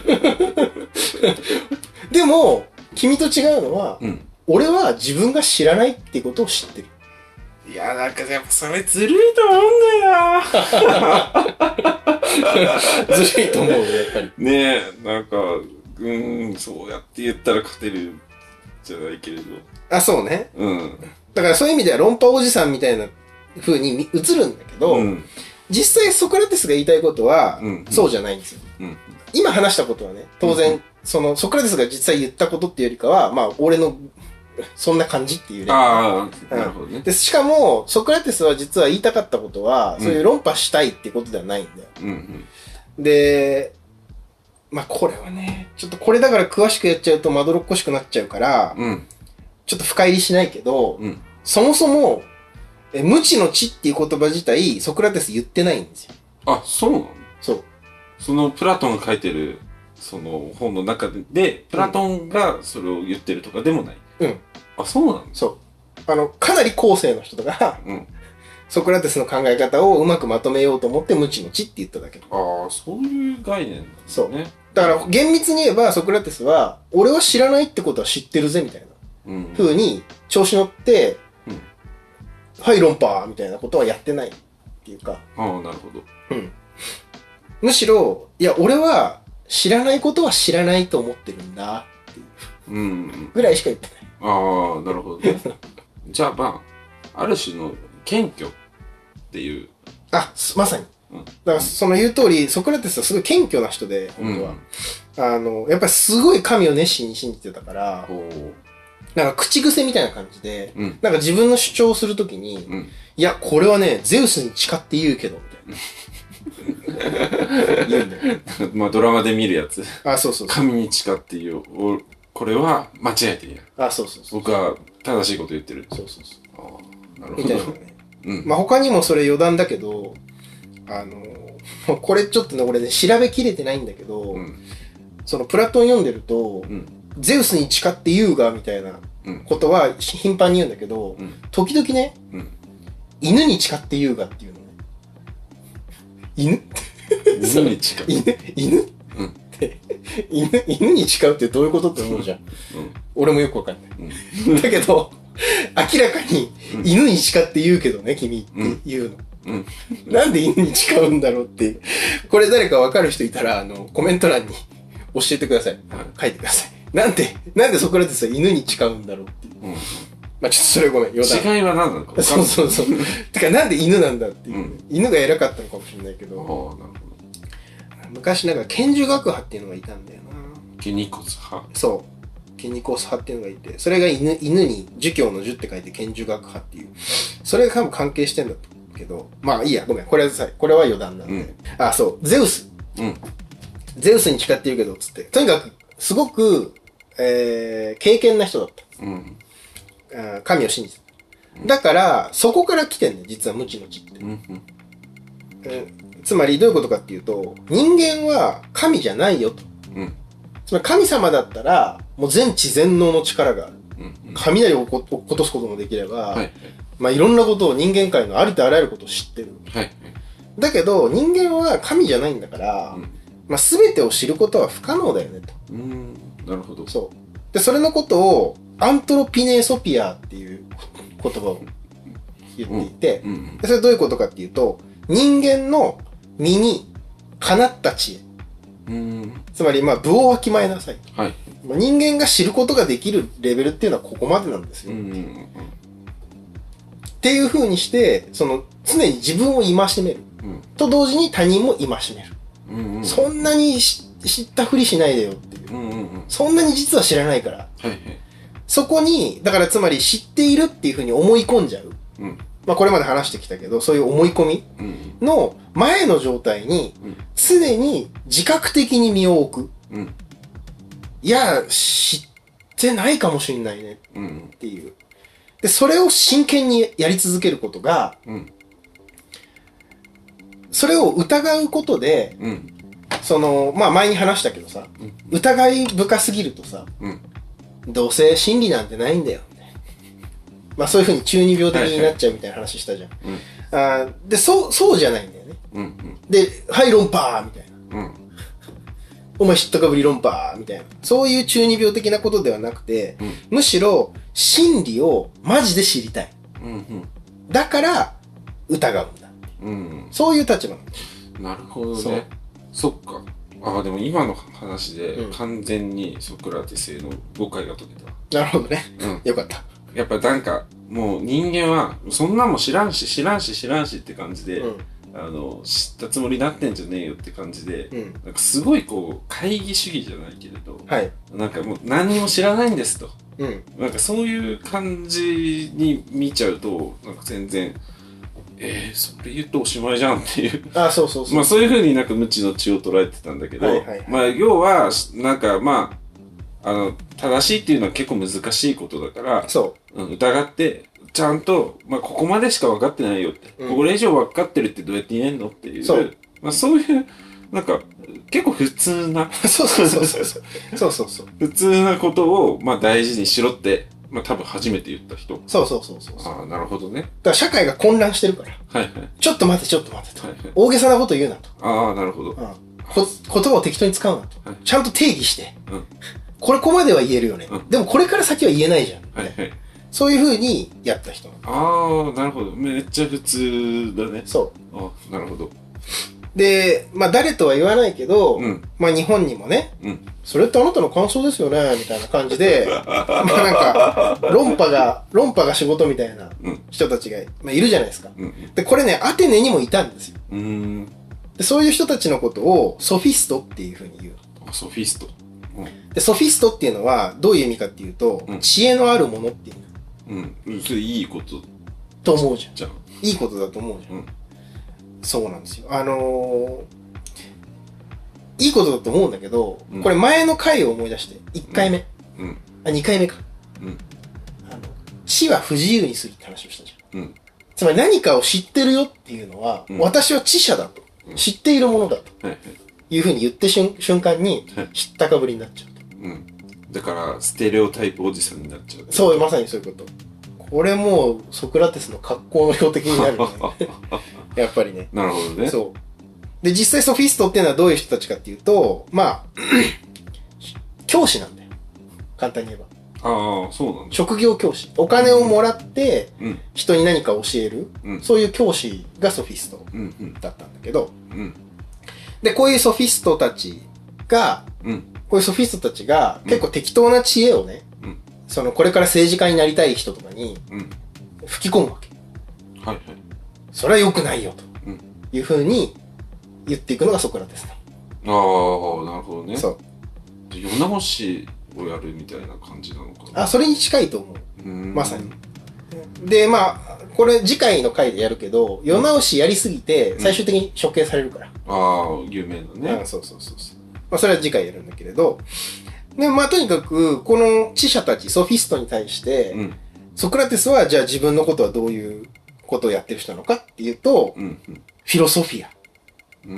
でも君と違うのは、うん、俺は自分が知らないっていうことを知ってる。 いやなんかやっぱそれずるいと思うんだよなずるいと思うやっぱりねえ、なんかうーんそうやって言ったら勝てるじゃないけれど、 あそうね、 うん、 だからそういう意味では論破おじさんみたいな風に映るんだけど、うん、実際ソクラテスが言いたいことは、うん、そうじゃないんですよ、うん、今話したことはね当然、うん、そのソクラテスが実際言ったことっていうよりかはまあ俺のそんな感じっていうね。 ああ、なるほどね。 で、しかも、ソクラテスは実は言いたかったことは、うん、そういう論破したいってことではないんだよ。うんうん、で、まあこれはね、ちょっとこれだから詳しくやっちゃうとまどろっこしくなっちゃうから、うん、ちょっと深入りしないけど、うん、そもそも、え無知の知っていう言葉自体、ソクラテス言ってないんですよ。 あ、そうなの？ そう。 そのプラトンが書いてる、その本の中で、プラトンがそれを言ってるとかでもない。 うん。 あ、そうなの？ そう。あの、かなり後世の人が、うん、ソクラテスの考え方をうまくまとめようと思って無知の知って言っただけ。 ああ、そういう概念なんですね。そう。だから厳密に言えばソクラテスは、俺は知らないってことは知ってるぜみたいな、うん、風に調子乗って、うん、はい論破みたいなことはやってないっていうか。 ああ、なるほど。 うん。むしろ、いや、俺は知らないことは知らないと思ってるんだっていう、うん、ぐらいしか言ってない。 ああ、なるほどね。じゃあまあ、ある種の謙虚っていう。 あ、まさに。うん、だからその言う通り、ソクラテスはすごい謙虚な人で、本当は。うん、あの、やっぱりすごい神を熱心に信じてたから、なんか口癖みたいな感じで、うん、なんか自分の主張をするときに、うん、いや、これはね、ゼウスに誓って言うけど、みたいな。言うんだよ。 まあドラマで見るやつ。 あ、そうそうそう。 神に誓って言う。これは間違えている。 あ、そうそうそう。 僕は正しいこと言ってる。 そうそうそう。 ああ、なるほど。みたいなね。 うん。まあ他にもそれ余談だけど、あの、これちょっとね、俺ね、調べきれてないんだけど、うん、そのプラトン読んでると、うん、ゼウスに誓って言うが、みたいなことは頻繁に言うんだけど、うん、時々ね、うん、犬に誓って言うがっていうのね。犬犬に誓う。 犬犬犬, 犬に誓うってどういうことって思うじゃん、うん、俺もよくわかんない、うん、だけど明らかに犬に誓って言うけどね君って言うの、うんうん、なんで犬に誓うんだろうってこれ誰かわかる人いたらあのコメント欄に教えてください、書いてください。なんでなんでソクラテスは犬に誓うんだろうっていう、うん、まあちょっとそれごめん余談。 違いは何なのか。 そうそうそうてかなんで犬なんだっていう、うん、犬が偉かったのかもしれないけど、 ああなるほど。 昔なんか剣樹学派っていうのがいたんだよな。 ケニコス派。 そう。ケニコス派っていうのがいて、それが犬、犬に儒教の儒って書いて剣樹学派っていう。それが多分関係してんだけど、まあいいや、ごめん。これはさ、これは余談なんで。うん、あ、そう。ゼウス。うん。ゼウスに誓って言うけど、つって。とにかく、すごく、えー、敬虔な人だった。うん。あ神を信じてた。だから、そこから来てんね、実は無知の知って。うんうんえーつまりどういうことかっていうと、人間は神じゃないよと。うん、つまり神様だったら、もう全知全能の力がある。うんうん、雷を落っことすこともできれば、はいはい、まあいろんなことを人間界のありとあらゆることを知ってる。はいはい、だけど人間は神じゃないんだから、うん、まあ全てを知ることは不可能だよねと。 うん、なるほど。 そう。で、それのことをアントロピネソピアっていう言葉を言っていて、うんうん、でそれどういうことかっていうと、人間の身にかなった知恵。うん、つまり、まあ、武をわきまえなさい。はい。人間が知ることができるレベルっていうのはここまでなんですよ。うんうんうん、っていう風にして、その、常に自分を戒める。うん、と同時に他人も戒める。うんうん、そんなに知ったふりしないでよっていう。うんうんうん、 そんなに実は知らないから。 はいはい。 そこに、だからつまり知っているっていうふうに思い込んじゃう。 うん。 まあこれまで話してきたけど、そういう思い込みの前の状態に、常に自覚的に身を置く。 うん。 いや、知ってないかもしんないね。っていう。で、それを真剣にやり続けることが、 うん、 それを疑うことで、 うん、 その、まあ前に話したけどさ、うん、疑い深すぎるとさ、 うん、 どうせ真理なんてないんだよ。まあそういう風に中二病的になっちゃうみたいな話したじゃん。はいはい、あで、そう、そうじゃないんだよね。 うんうん、 で、はい、論破みたいな。 うん、 お前知ったかぶり論破みたいな。そういう中二病的なことではなくて、うん、むしろ真理をマジで知りたい。 うんうん、 だから疑うんだ。 うん、 そういう立場なんだ。 なるほどね。そっか。ああ、でも今の話で完全にソクラテスへの誤解が解けた。なるほどね。うん、よかった。 やっぱなんかもう人間はそんなも知らんし知らんし知らんしって感じで、うん、あの知ったつもりになってんじゃねえよって感じで、うん、なんかすごいこう会議主義じゃないけれど、はい、なんかもう何にも知らないんですと、うん、なんかそういう感じに見ちゃうとなんか全然えー、それ言うとおしまいじゃんっていうあ、そうそうそう。 まあそういう風になんか無知の知を捉えてたんだけど、はいはいはい、まあ要はなんかまああの正しいっていうのは結構難しいことだから、そう、うん、疑ってちゃんとまあここまでしか分かってないよって、うん、これ以上分かってるってどうやって言えんのっていう、そうまあそういうなんか結構普通なそうそうそうそうそうそうそう普通なことをまあ大事にしろって。まあ多分初めて言った人。 そうそうそうそう。 ああ、なるほどね。だから社会が混乱してるから。 はいはい。 ちょっと待ってちょっと待ってと。はいはい、大げさなこと言うなと。 ああ、なるほど。うん、 こ言葉を適当に使うなと。はい、ちゃんと定義して。うん、これここまでは言えるよね、うん。でもこれから先は言えないじゃん。はいはい。そういう風にやった人。 ああ、なるほど。めっちゃ普通だね。 そう。 ああ、なるほど。 で、まあ誰とは言わないけど、うん、まあ日本にもね、うん、それってあなたの感想ですよねみたいな感じで、まあなんか、論破が、論破が仕事みたいな人たちが、まあ、いるじゃないですか、うん。で、これね、アテネにもいたんですよ。うーんで。そういう人たちのことをソフィストっていうふうに言う。 あ、ソフィスト、 うん。で、ソフィストっていうのはどういう意味かっていうと、うん、知恵のあるものっていう。 うん。それいいことと思うじゃん。 じゃん。 いいことだと思うじゃん。うん、そうなんですよ。あのー、いいことだと思うんだけど、うん、これ前の回を思い出して、いっかいめ。うん、あ、にかいめか。うん、あの知は不自由にするって話をしたじゃん。うん、つまり何かを知ってるよっていうのは、うん、私は知者だと、うん。知っているものだと。いうふうに言って瞬間に、知ったかぶりになっちゃうと。 うん。だから、ステレオタイプおじさんになっちゃう。 そう、まさにそういうこと。これもう、ソクラテスの格好の標的になる、ね。やっぱりね。 なるほどね。 そう。で、実際ソフィストっていうのはどういう人たちかっていうと、まあ、教師なんだよ。簡単に言えば。 ああ、そうなんだ。 職業教師。お金をもらって、人に何か教える、うん、そういう教師がソフィストだったんだけど、うんうん、で、こういうソフィストたちが、うん、こういうソフィストたちが結構適当な知恵をね、うん、その、これから政治家になりたい人とかに、吹き込むわけ。 はいはい。 それは良くないよ、というふうに言っていくのがソクラテスだ。 ああ、なるほどね。そう。世直しをやるみたいな感じなのかな。 あ、それに近いと思う。まさに。で、まあ、これ次回の回でやるけど、世直しやりすぎて、最終的に処刑されるから。 うん、ああ、有名なね。 あそうそうそうそう。まあ、それは次回やるんだけれど、で、まあ、とにかく、この知者たち、ソフィストに対して、うん、ソクラテスは、じゃあ自分のことはどういうことをやってる人なのかっていうと、うんうん、フィロソフィア。うん、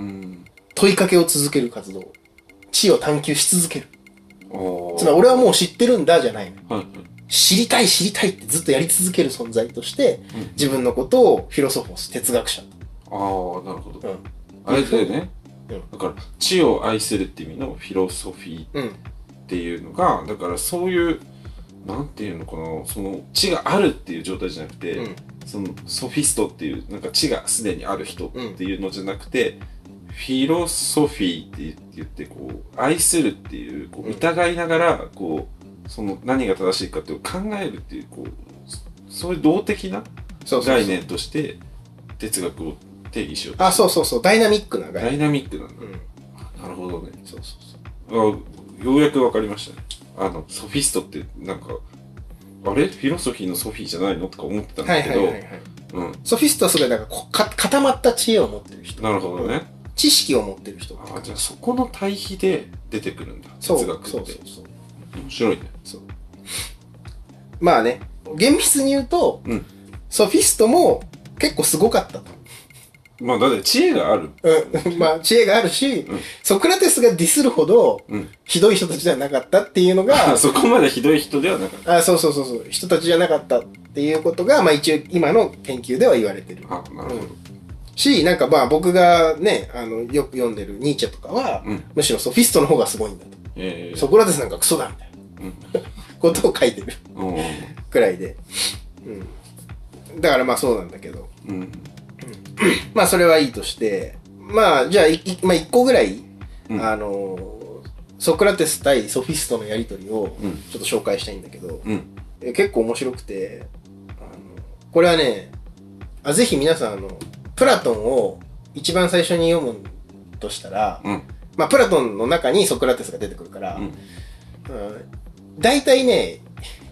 問いかけを続ける活動。知を探求し続ける。つまり俺はもう知ってるんだじゃないの、はいはい。知りたい知りたいってずっとやり続ける存在として、うん、自分のことをフィロソフォス、哲学者。 ああ、なるほど。うん、あれだよね。うん、だから知を愛するって意味のフィロソフィーっていうのが、うん、だからそういうなんていうのかな、その知があるっていう状態じゃなくて、うん、そのソフィストっていうなんか知がすでにある人っていうのじゃなくて、うん、フィロソフィーって言ってこう愛するっていうこう疑いながらこうその何が正しいかっていう考えるっていうこうそういう動的な概念として哲学を定義しようと。 あ、そうそうそう、ダイナミックな概念。 ダイナミックなんだ。うん、なるほどね。そうそうそう。あ、 ようやくわかりましたね。あのソフィストってなんかあれフィロソフィーのソフィーじゃないのとか思ってたんだけど、 ソフィストはすごいなんかか固まった知恵を持ってる人。 なるほどね。 知識を持ってる人。 あ、じゃあそこの対比で出てくるんだ。哲学って。そうそうそう。面白いね。そう。 まあね、厳密に言うと、うん、ソフィストも結構すごかったと。 まあだって知恵がある。 うん。まあ知恵があるし、うん、ソクラテスがディスるほど、うん、ひどい人たちではなかったっていうのが。 そこまでひどい人ではなかった。 あ、そうそうそうそう。人たちじゃなかったっていうことが、まあ一応今の研究では言われてる。 あ、なるほど。うん、 し、なんかまあ僕がね、あの、よく読んでるニーチェとかは、うん、むしろソフィストの方がすごいんだと。えー、ソクラテスなんかクソだみたいな、うん、ことを書いてるくらいで。うん。だからまあそうなんだけど。うん。まあそれはいいとして、まあじゃあい、まあ一個ぐらい、うん、あの、ソクラテス対ソフィストのやりとりをちょっと紹介したいんだけど、うん、え結構面白くて、あのこれはね、あぜひ皆さんあの、プラトンを一番最初に読むとしたら、うん、まあプラトンの中にソクラテスが出てくるから、うんうん、大体ね、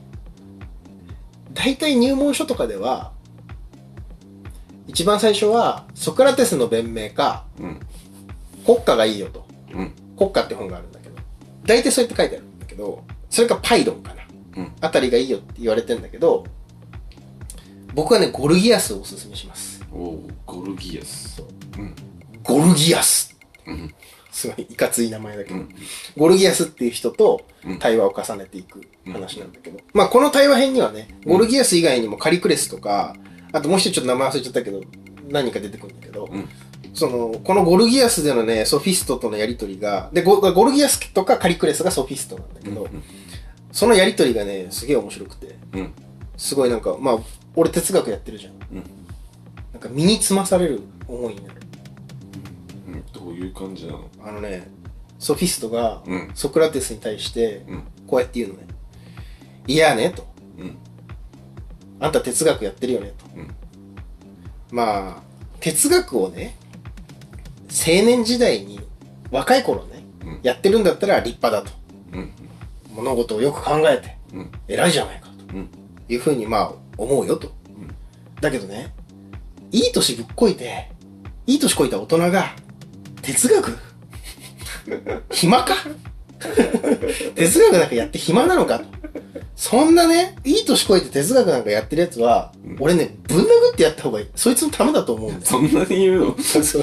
大体入門書とかでは、一番最初はソクラテスの弁明か、うん、国家がいいよと、うん、国家って本があるんだけど、大体そうやって書いてあるんだけど、それかパイドンかな、うん、あたりがいいよって言われてんだけど、僕はねゴルギアスをおすすめします。 おゴルギアス、そう、 うん、ゴルギアス、うん、すごいいかつい名前だけど、うん、ゴルギアスっていう人と対話を重ねていく話なんだけど、うん、まあこの対話編にはね、ゴルギアス以外にもカリクレスとか、あともう一つちょっと名前忘れちゃったけど、何か出てくるんだけど、うん、その、このゴルギアスでのね、ソフィストとのやりとりが、で、ゴ, ゴルギアスとかカリクレスがソフィストなんだけど、うん、そのやりとりがね、すげえ面白くて、うん、すごいなんか、まあ、俺哲学やってるじゃん。うん、なんか身につまされる思いになる。 うん、どういう感じなの？ あのね、ソフィストがソクラテスに対して、こうやって言うのね。いやね、と。うん、あんた哲学やってるよね、と。うん、まあ、哲学をね、青年時代に、若い頃ね、うん、やってるんだったら立派だと。うん、物事をよく考えて、うん、偉いじゃないかと、うん、いうふうにまあ思うよと。うん、だけどね、いい年ぶっこいて、いい年こいた大人が、哲学暇か哲学なんかやって暇なのかと。そんなね、いい年こいて哲学なんかやってるやつは、うん、俺ね、ぶん殴ってやった方がいい。そいつのためだと思うんだよ。 そんなに言うの？ そう。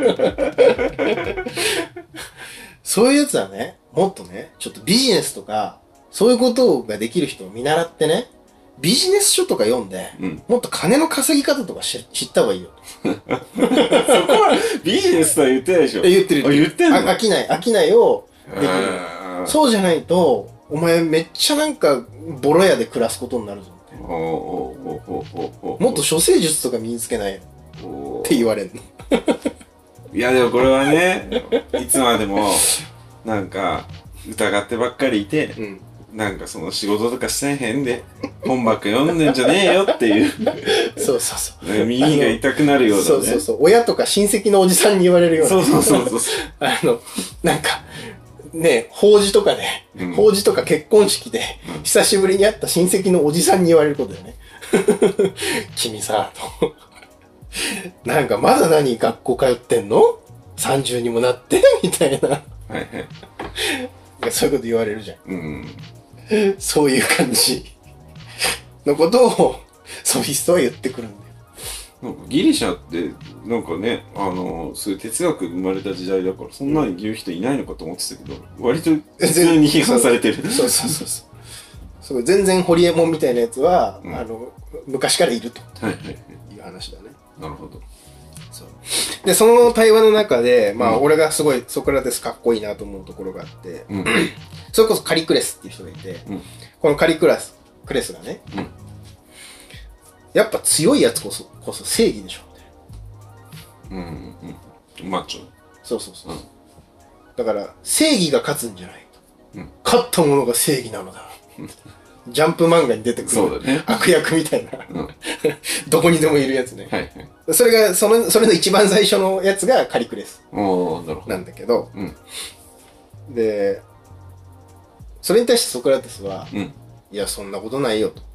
そういうやつはね、もっとね、ちょっとビジネスとか、そういうことができる人を見習ってね、ビジネス書とか読んで、うん、もっと金の稼ぎ方とか知った方がいいよ。 そこはビジネスとは言ってないでしょ。 言ってる。 言ってる。 飽きない、飽きないをできる。そうじゃないと、お前めっちゃなんかボロ屋で暮らすことになるぞって。もっと処世術とか身につけないって言われんの。 いやでもこれはね、いつまでもなんか疑ってばっかりいて、うん、なんかその仕事とかしてへんで本ばっか読んでんじゃねえよっていうそうそうそう、 耳が痛くなるようなね。 そうそうそう、親とか親戚のおじさんに言われるような。 そうそうそうそうあのなんかね、法事とかで、うん、法事とか結婚式で、うん、久しぶりに会った親戚のおじさんに言われることだよね。君さ、と。なんかまだ何学校通ってんの ?さんじゅう にもなってみたいな。はいはい。そういうこと言われるじゃん。うん、そういう感じのことをソフィストは言ってくるんだよ。 なんかギリシャってなんかね、あのそういう哲学生まれた時代だからそんなに言う人いないのかと思ってたけど、うん、割と普通に批判されてる。 そうそうそうそう。そう全然ホリエモンみたいなやつは、うん、あの昔からいると、はいはいはい、いう話だね。 なるほど。 そうでその対話の中で、まあ、うん、俺がすごいソクラテスかっこいいなと思うところがあって、うん、それこそカリクレスっていう人がいて、うん、このカリクラスクレスがね、うん、やっぱ強いやつこそこそ正義でしょみたいな。うんうん。マッチョ。 そうそうそう。うん、だから正義が勝つんじゃないと。うん、勝ったものが正義なのだ。ジャンプ漫画に出てくる、ね、悪役みたいな、うん、どこにでもいるやつね。はいはい、それがそのそれの一番最初のやつがカリクレスなんだけど、うん、でそれに対してソクラテスは、 うん、 いやそんなことないよと。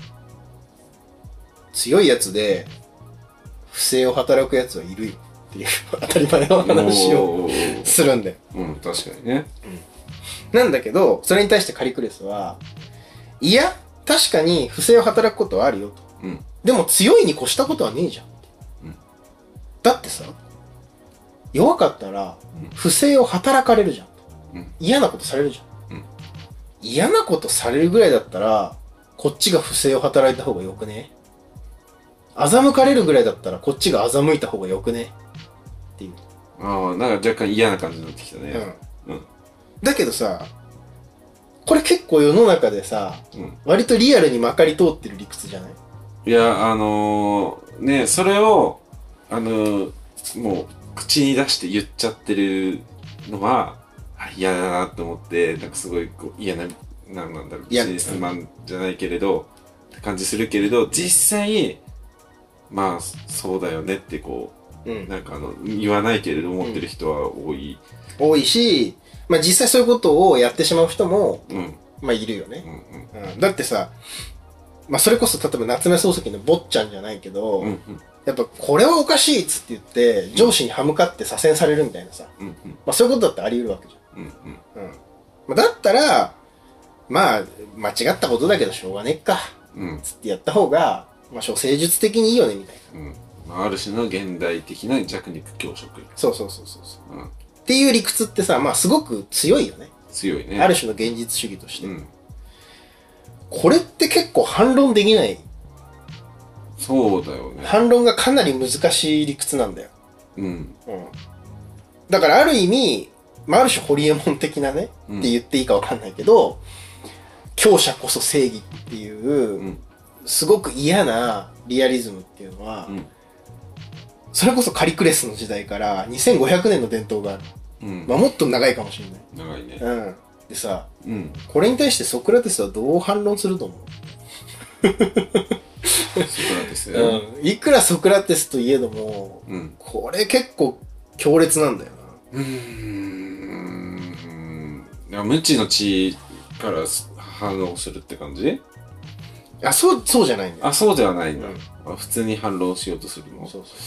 強いやつで不正を働くやつはいるよっていう当たり前の話をするんだよ。 うん、確かにね、 うん、なんだけどそれに対してカリクレスはいや確かに不正を働くことはあるよと、うん、でも強いに越したことはねえじゃん、うん、だってさ弱かったら不正を働かれるじゃん、うん、嫌なことされるじゃん、うん、嫌なことされるぐらいだったらこっちが不正を働いた方がよくね、欺かれるぐらいだったらこっちが欺いた方がよくねっていう。 ああ、なんか若干嫌な感じになってきたね。 うん。うん、だけどさ、これ結構世の中でさ、うん、割とリアルにまかり通ってる理屈じゃない？ いや、あのー、ね、それを、あのー、もう口に出して言っちゃってるのは嫌だなって思って、なんかすごいこう嫌な、なんなんだろう、ビジネスマンじゃないけれど、って感じするけれど、実際、まあそうだよねってこう、うん、なんかあの言わないけれど思ってる人は多い、 うん、多いし、まあ実際そういうことをやってしまう人も、うん、まあいるよね、うんうんうん、だってさ、まあそれこそ例えば夏目漱石の坊ちゃんじゃないけど、うんうん、やっぱこれはおかしいっつって言って上司に歯向かって左遷されるみたいなさ、うんうん、まあそういうことだってあり得るわけじゃん、うんうんうん、まあ、だったらまあ間違ったことだけどしょうがねっか、うん、つってやった方がまあ、処世術的にいいよねみたいな、うんまあ、ある種の現代的な弱肉強食。 そうそうそうそう、うん、っていう理屈ってさ、まあすごく強いよね。 強いね。 ある種の現実主義として、うん、これって結構反論できない。 そうだよね。 反論がかなり難しい理屈なんだよ。うん、うん、だからある意味、まあ、ある種ホリエモン的なね、うん、って言っていいかわかんないけど強者こそ正義っていう、うんすごく嫌なリアリズムっていうのは、うん、それこそカリクレスの時代からにせんごひゃくねんの伝統がある、うんまあ、もっと長いかもしれない長いね、 うん、でさ、うん、これに対してソクラテスはどう反論すると思う？ソクラテス、うん、いくらソクラテスといえども、うん、これ結構強烈なんだよな。うーんいや無知の知から反応するって感じ？ あ、そう、そうじゃないんだよ。 あ、そうではないんだ。うん、普通に反論しようとするの。そうそう。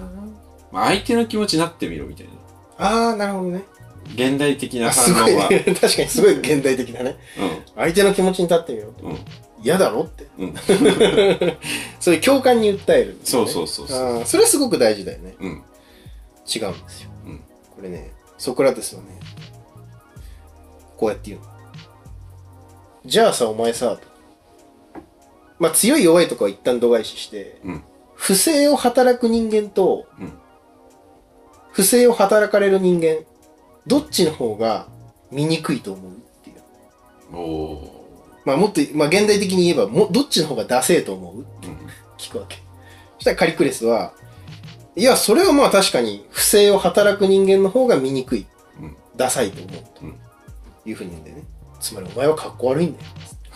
まあ、相手の気持ちになってみろみたいな。ああ、なるほどね。 現代的な反応は。 確かにすごい現代的だね。うん。相手の気持ちに立ってみろと。うん。嫌だろって。うん。そういう共感に訴える、ね。 そうそうそうそう。 ああ、それはすごく大事だよね。うん。違うんですよ。うん。これね、ソクラテスはね、こうやって言うの。じゃあさ、お前さ、まあ強い弱いとかは一旦度外視して、うん、不正を働く人間と、うん、不正を働かれる人間、どっちの方が醜いと思うっていう。おまあもっと、まあ現代的に言えば、もどっちの方がダセえと思うって聞くわけ。そしたらカリクレスは、いや、それはまあ確かに不正を働く人間の方が醜い。うん、ダサいと思うと、うん、いうふうに言うんだよね。つまりお前は格好悪いんだよ。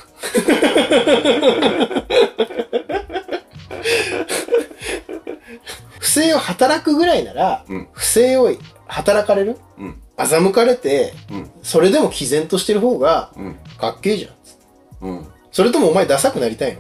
不正を働くぐらいなら、うん、不正を働かれる、うん、欺かれて、うん、それでも毅然としてる方が、うん、かっけえじゃん、うん、それともお前ダサくなりたいの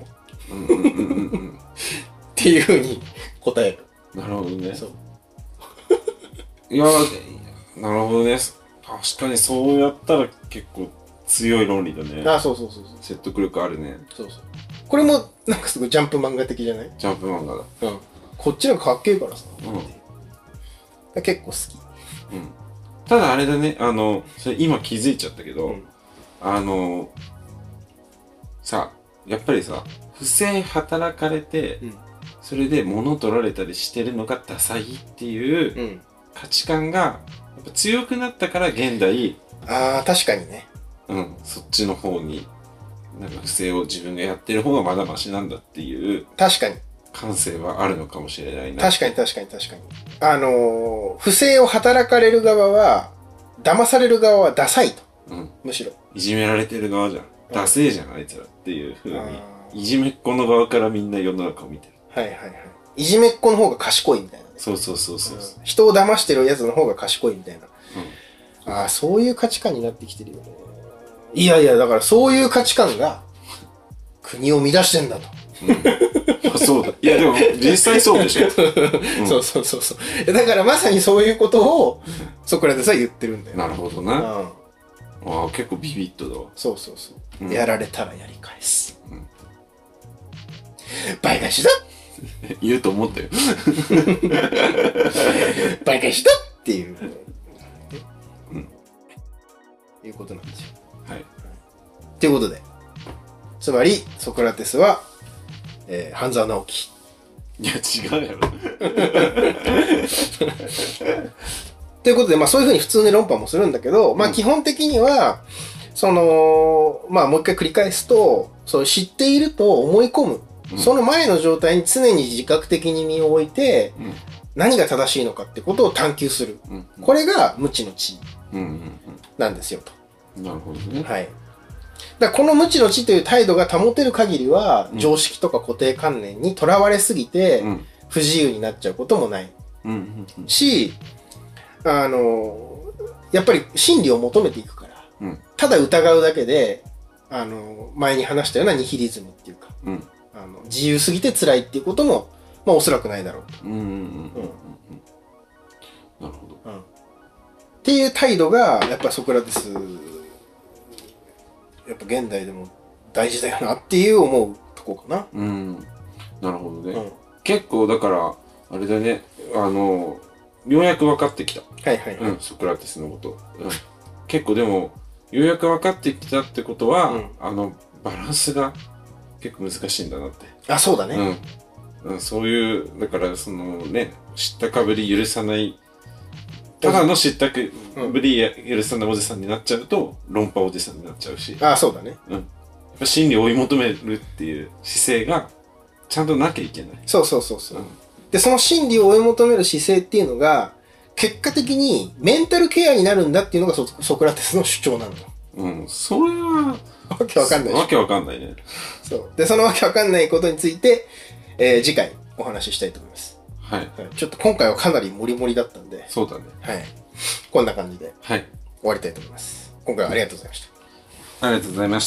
っていうふうに答える。 なるほどね。そういやなるほどね。確かにそうやったら結構強い論理だね。 あ、そうそうそうそう。 説得力あるね。 そうそう。これもなんかすごいジャンプ漫画的じゃない？ ジャンプ漫画だ。 うん。こっちの方がかっけえからさ。うん。結構好き。 うん。ただあれだね、あの、それ今気づいちゃったけど、うん、あの、さ、やっぱりさ、不正働かれて、うん、それで物取られたりしてるのがダサいっていう価値観がやっぱ強くなったから現代、 ああ、確かにね。 うん、そっちの方に、なんか不正を自分がやってる方がまだマシなんだっていう。 確かに。 感性はあるのかもしれないな。 確かに確かに確かに。あのー、不正を働かれる側は、騙される側はダサいと。うん。むしろ。 いじめられてる側じゃん。ダセえじゃん、あいつらっていう風に。いじめっ子の側からみんな世の中を見てる。 はいはいはい。いじめっ子の方が賢いみたいなね。 そうそうそうそう、うん。 人を騙してるやつの方が賢いみたいな。うん。ああ、そういう価値観になってきてるよね。 いやいや、だからそういう価値観が国を乱してんだと。 うん、そうだ。いやでも実際そうでしょ。 うん、そうそうそうそう。だからまさにそういうことをソクラテスは言ってるんだよ。 なるほどな。うん、ああ、結構ビビッとだわ。 そうそうそう。うん、やられたらやり返す。うん、倍返しだ言うと思ったよ。 倍返しだっていう、うん、いうことなんですよ。はい。ということで、つまりソクラテスは、えー、半沢直樹。 いや違うやろ。 ということで、まあそういうふうに普通に論破もするんだけど、うん、まあ基本的には、その、まあもう一回繰り返すと、そう知っていると思い込む。うん、その前の状態に常に自覚的に身を置いて、うん、何が正しいのかってことを探求する。うん、これが無知の知なんですよと。 なるほどね。 はい。だからこの無知の知という態度が保てる限りは、うん、常識とか固定観念にとらわれすぎて、うん、不自由になっちゃうこともない。うんうんうん、し、あの、やっぱり真理を求めていくから、うん、ただ疑うだけで、あの、前に話したようなニヒリズムっていうか、うん、あの自由すぎて辛いっていうことも、まあおそらくないだろうと。なるほど、うん。 っていう態度が、やっぱソクラテス、やっぱ現代でも大事だよなっていう思うとこかな。 うん。なるほどね。うん、結構だから、あれだね、あの、ようやく分かってきた。 はいはい、はい、 うん、ソクラテスのこと。うん。結構でも、ようやく分かってきたってことは、うん、あの、バランスが結構難しいんだなって。 あ、そうだね。 うん。うん、そういう、だからそのね、知ったかぶり許さない、ただの知ったかぶり許さないおじさんになっちゃうと、論破おじさんになっちゃうし。 あ、そうだね。 うん。やっぱ真理を追い求めるっていう姿勢が、ちゃんとなきゃいけない。 そうそうそうそう。うん、で、その真理を追い求める姿勢っていうのが、結果的にメンタルケアになるんだっていうのが ソ, ソクラテスの主張なの。 うん、それは、 わけわかんない。 わけわかんないね。 そう。で、そのわけわかんないことについて、えー、次回お話ししたいと思います。 はい。はい、 ちょっと今回はかなりモリモリだったんで。 そうだね。 はい。こんな感じで。 はい。 終わりたいと思います。今回はありがとうございました。 ありがとうございました。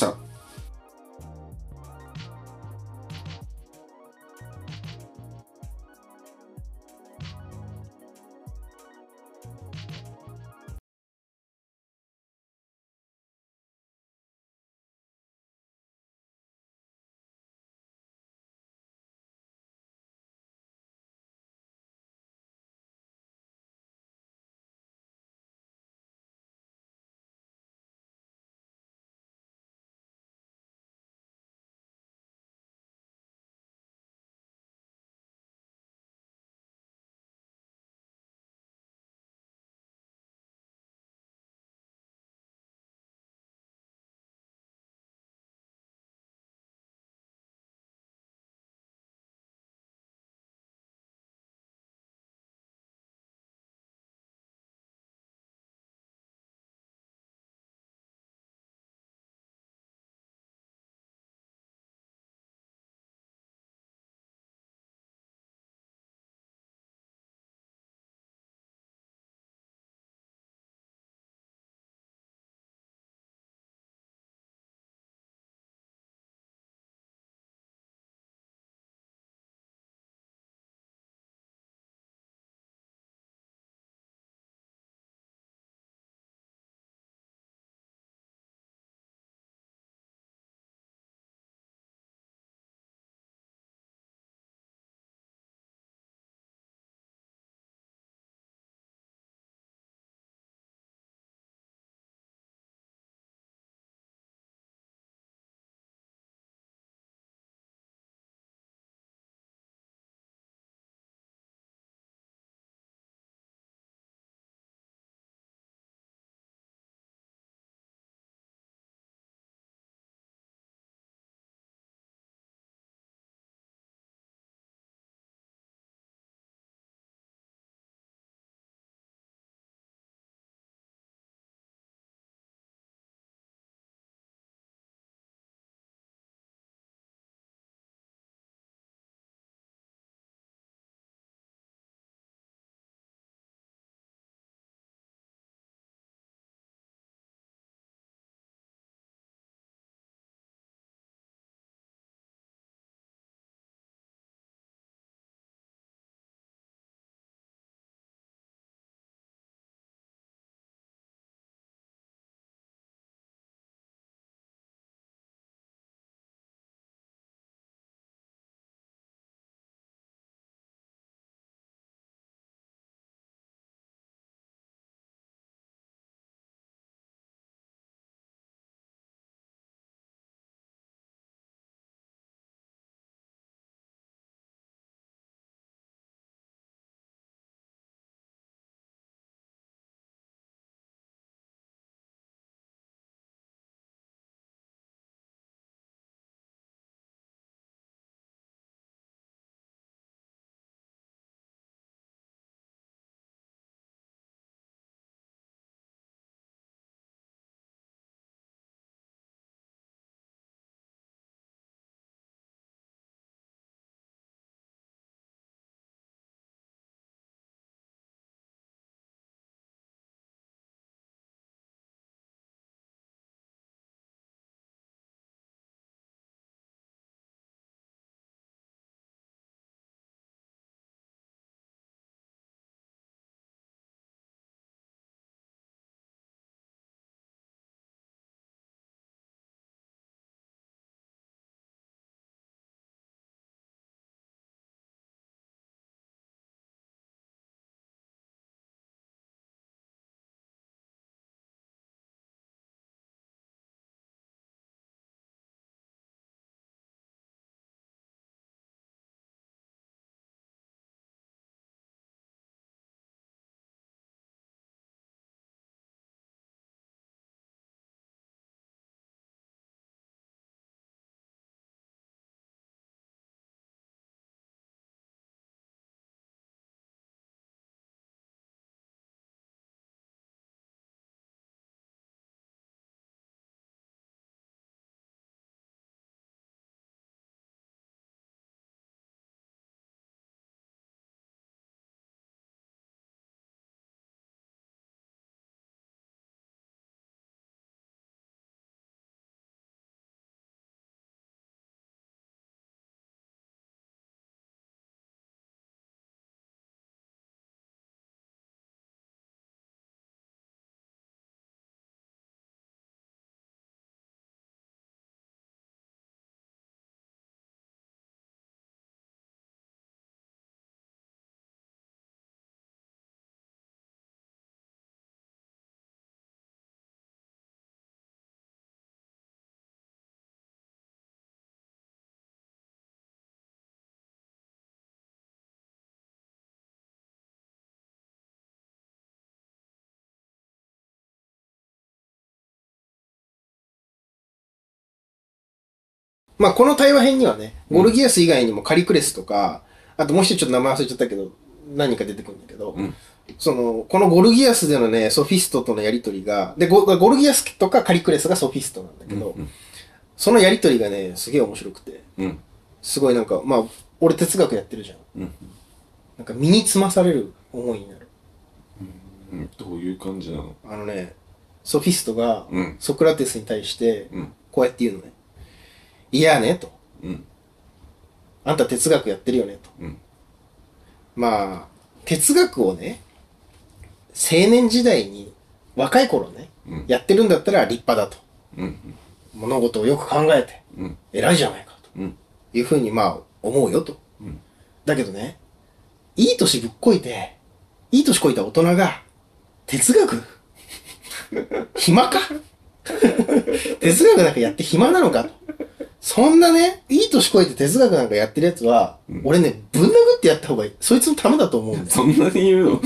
まあこの対話編にはね、ゴルギアス以外にもカリクレスとか、うん、あともう一つちょっと名前忘れちゃったけど、何人か出てくるんだけど、うん、その、このゴルギアスでのね、ソフィストとのやりとりが、でゴ、ゴルギアスとかカリクレスがソフィストなんだけど、うんうん、そのやりとりがね、すげえ面白くて、うん、すごいなんか、まあ、俺哲学やってるじゃん。うん、なんか身につまされる思いになる。 うん、どういう感じなの？ あのね、ソフィストがソクラテスに対して、こうやって言うのね。いやね、と。うん、あんた哲学やってるよね、と。うん、まあ、哲学をね、青年時代に、若い頃ね、うん、やってるんだったら立派だと。うん、物事をよく考えて、うん、偉いじゃないかと。うん、いうふうにまあ、思うよと。うん、だけどね、いい年ぶっこいて、いい年こいた大人が、哲学暇か哲学なんかやって暇なのかと。そんなね、いい年こいて哲学なんかやってるやつは、うん、俺ね、ぶん殴ってやった方がいい。そいつのためだと思うんだよ。 そんなに言うの？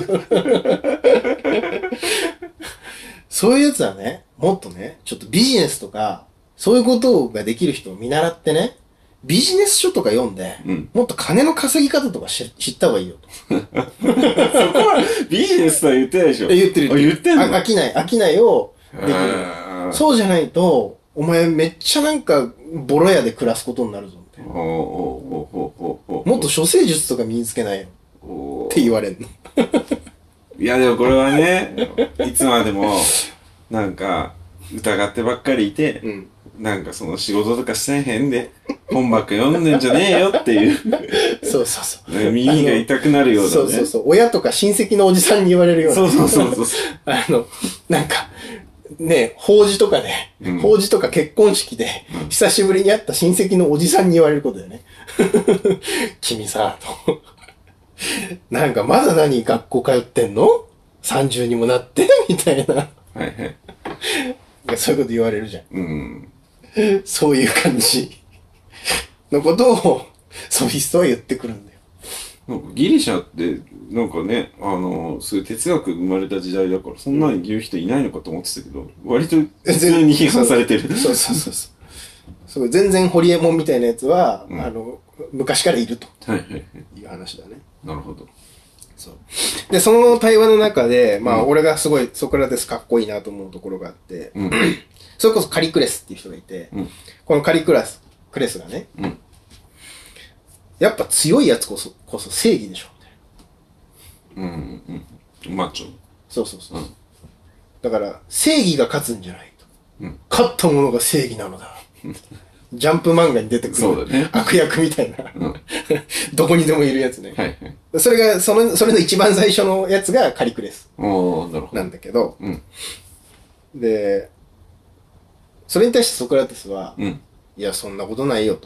そういうやつはね、もっとね、ちょっとビジネスとか、そういうことができる人を見習ってね、ビジネス書とか読んで、うん、もっと金の稼ぎ方とか知った方がいいよと。そこはビジネスとは言ってないでしょ。 言ってる。 言ってんの？ 飽きない、飽きないをできる。そうじゃないと、お前めっちゃなんかボロ屋で暮らすことになるぞみたいな。もっと処世術とか身につけないよって言われんの。 いやでもこれはね、いつまでもなんか疑ってばっかりいて、うん、なんかその仕事とかしてへんで本ばっか読んでんじゃねえよっていうそうそうそう。 耳が痛くなるようなね。 そうそうそう。親とか親戚のおじさんに言われるような。 そうそうそうそう。 あの、なんか、ね、法事とかで、うん、法事とか結婚式で、うん、久しぶりに会った親戚のおじさんに言われることだよね。君さ、と。なんかまだ何学校通ってんの ?さんじゅう にもなってみたいな。はいはい。そういうこと言われるじゃん。うん、そういう感じのことをソフィストは言ってくるんだよ。 なんかギリシャってなんかね、あのそういう哲学生まれた時代だからそんなに言う人いないのかと思ってたけど、割と普通に批判されてる。 そうそうそうそう。すごい全然ホリエモンみたいなやつは、うん、あの昔からいるという話だね。 なるほど。 そう。でその対話の中で、まあ、うん、俺がすごいソクラテスかっこいいなと思うところがあって、うん、それこそカリクレスっていう人がいて、うん、このカリクラスクレスがね、うん、やっぱ強いやつこそこそ正義でしょみたいな。 うんうん。マッチョ。 そうそうそう。うん、だから正義が勝つんじゃないと。うん、勝ったものが正義なのだ。ジャンプ漫画に出てくるそうだ、ね、 悪役みたいな、うん、どこにでもいるやつね。はいはい、それがそのそれの一番最初のやつがカリクレスなんだけど、うん、でそれに対してソクラテスは、うん、いやそんなことないよと。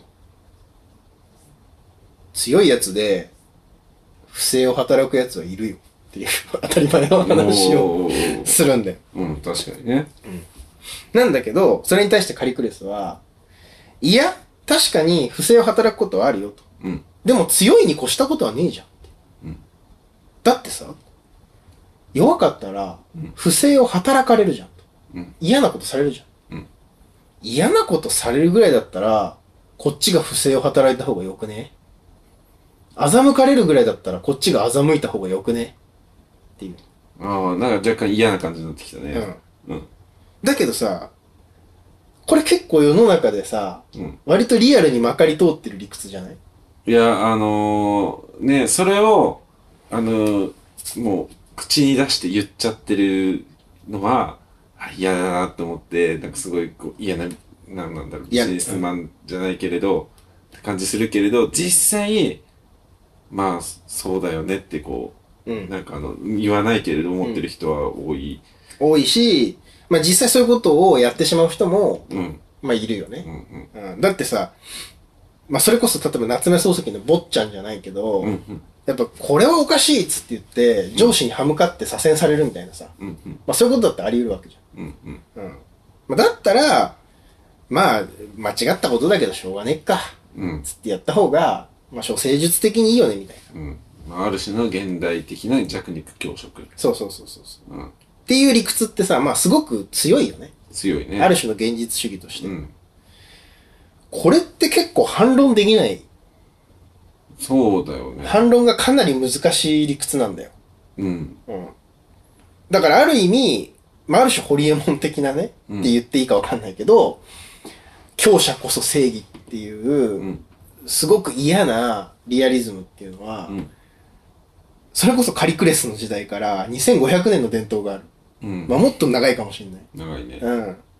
強いやつで不正を働くやつはいるよっていう当たり前の話をするんだよ。 うん、確かにね、うん。 なんだけどそれに対してカリクレスはいや確かに不正を働くことはあるよと、うん、でも強いに越したことはねえじゃんって、うん、だってさ弱かったら不正を働かれるじゃんと、うん、嫌なことされるじゃん、うん、嫌なことされるぐらいだったらこっちが不正を働いた方がよくね、欺かれるぐらいだったらこっちが欺いた方がよくねっていう。 ああ、なんか若干嫌な感じになってきたね。 うん。うん、だけどさ、これ結構世の中でさ、うん、割とリアルにまかり通ってる理屈じゃない？ いや、あのー、ね、それを、あのー、もう口に出して言っちゃってるのは、嫌だなって思って、なんかすごいこう嫌な、なんなんだろう、ビジネスマンじゃないけれど、って感じするけれど、実際、まあ、そうだよねってこう、うん、なんかあの、言わないけれど思ってる人は多い。 うん、多いし、まあ実際そういうことをやってしまう人も、うん、まあいるよね、うんうんうん。だってさ、まあそれこそ例えば夏目漱石の坊ちゃんじゃないけど、うんうん、やっぱこれはおかしいっつって言って、上司に歯向かって左遷されるみたいなさ、うんうん、まあそういうことだってあり得るわけじゃん。うんうんうん、まあ、だったら、まあ間違ったことだけどしょうがねっか、うん、つってやった方が、まあ、処世術的にいいよね、みたいな。うん。 まあ、ある種の現代的な弱肉強食。 そうそうそうそう。うん。っていう理屈ってさ、まあ、すごく強いよね。 強いね。 ある種の現実主義として。うん。 これって結構反論できない。 そうだよね。 反論がかなり難しい理屈なんだよ。 うん。 うん。だからある意味、まあ、ある種ホリエモン的なね、うん、って言っていいかわかんないけど、強者こそ正義っていう、うん、すごく嫌なリアリズムっていうのは、うん、それこそカリクレスの時代からにせんごひゃくねんの伝統がある。うん、まあもっと長いかもしれない。 長いね。 うん。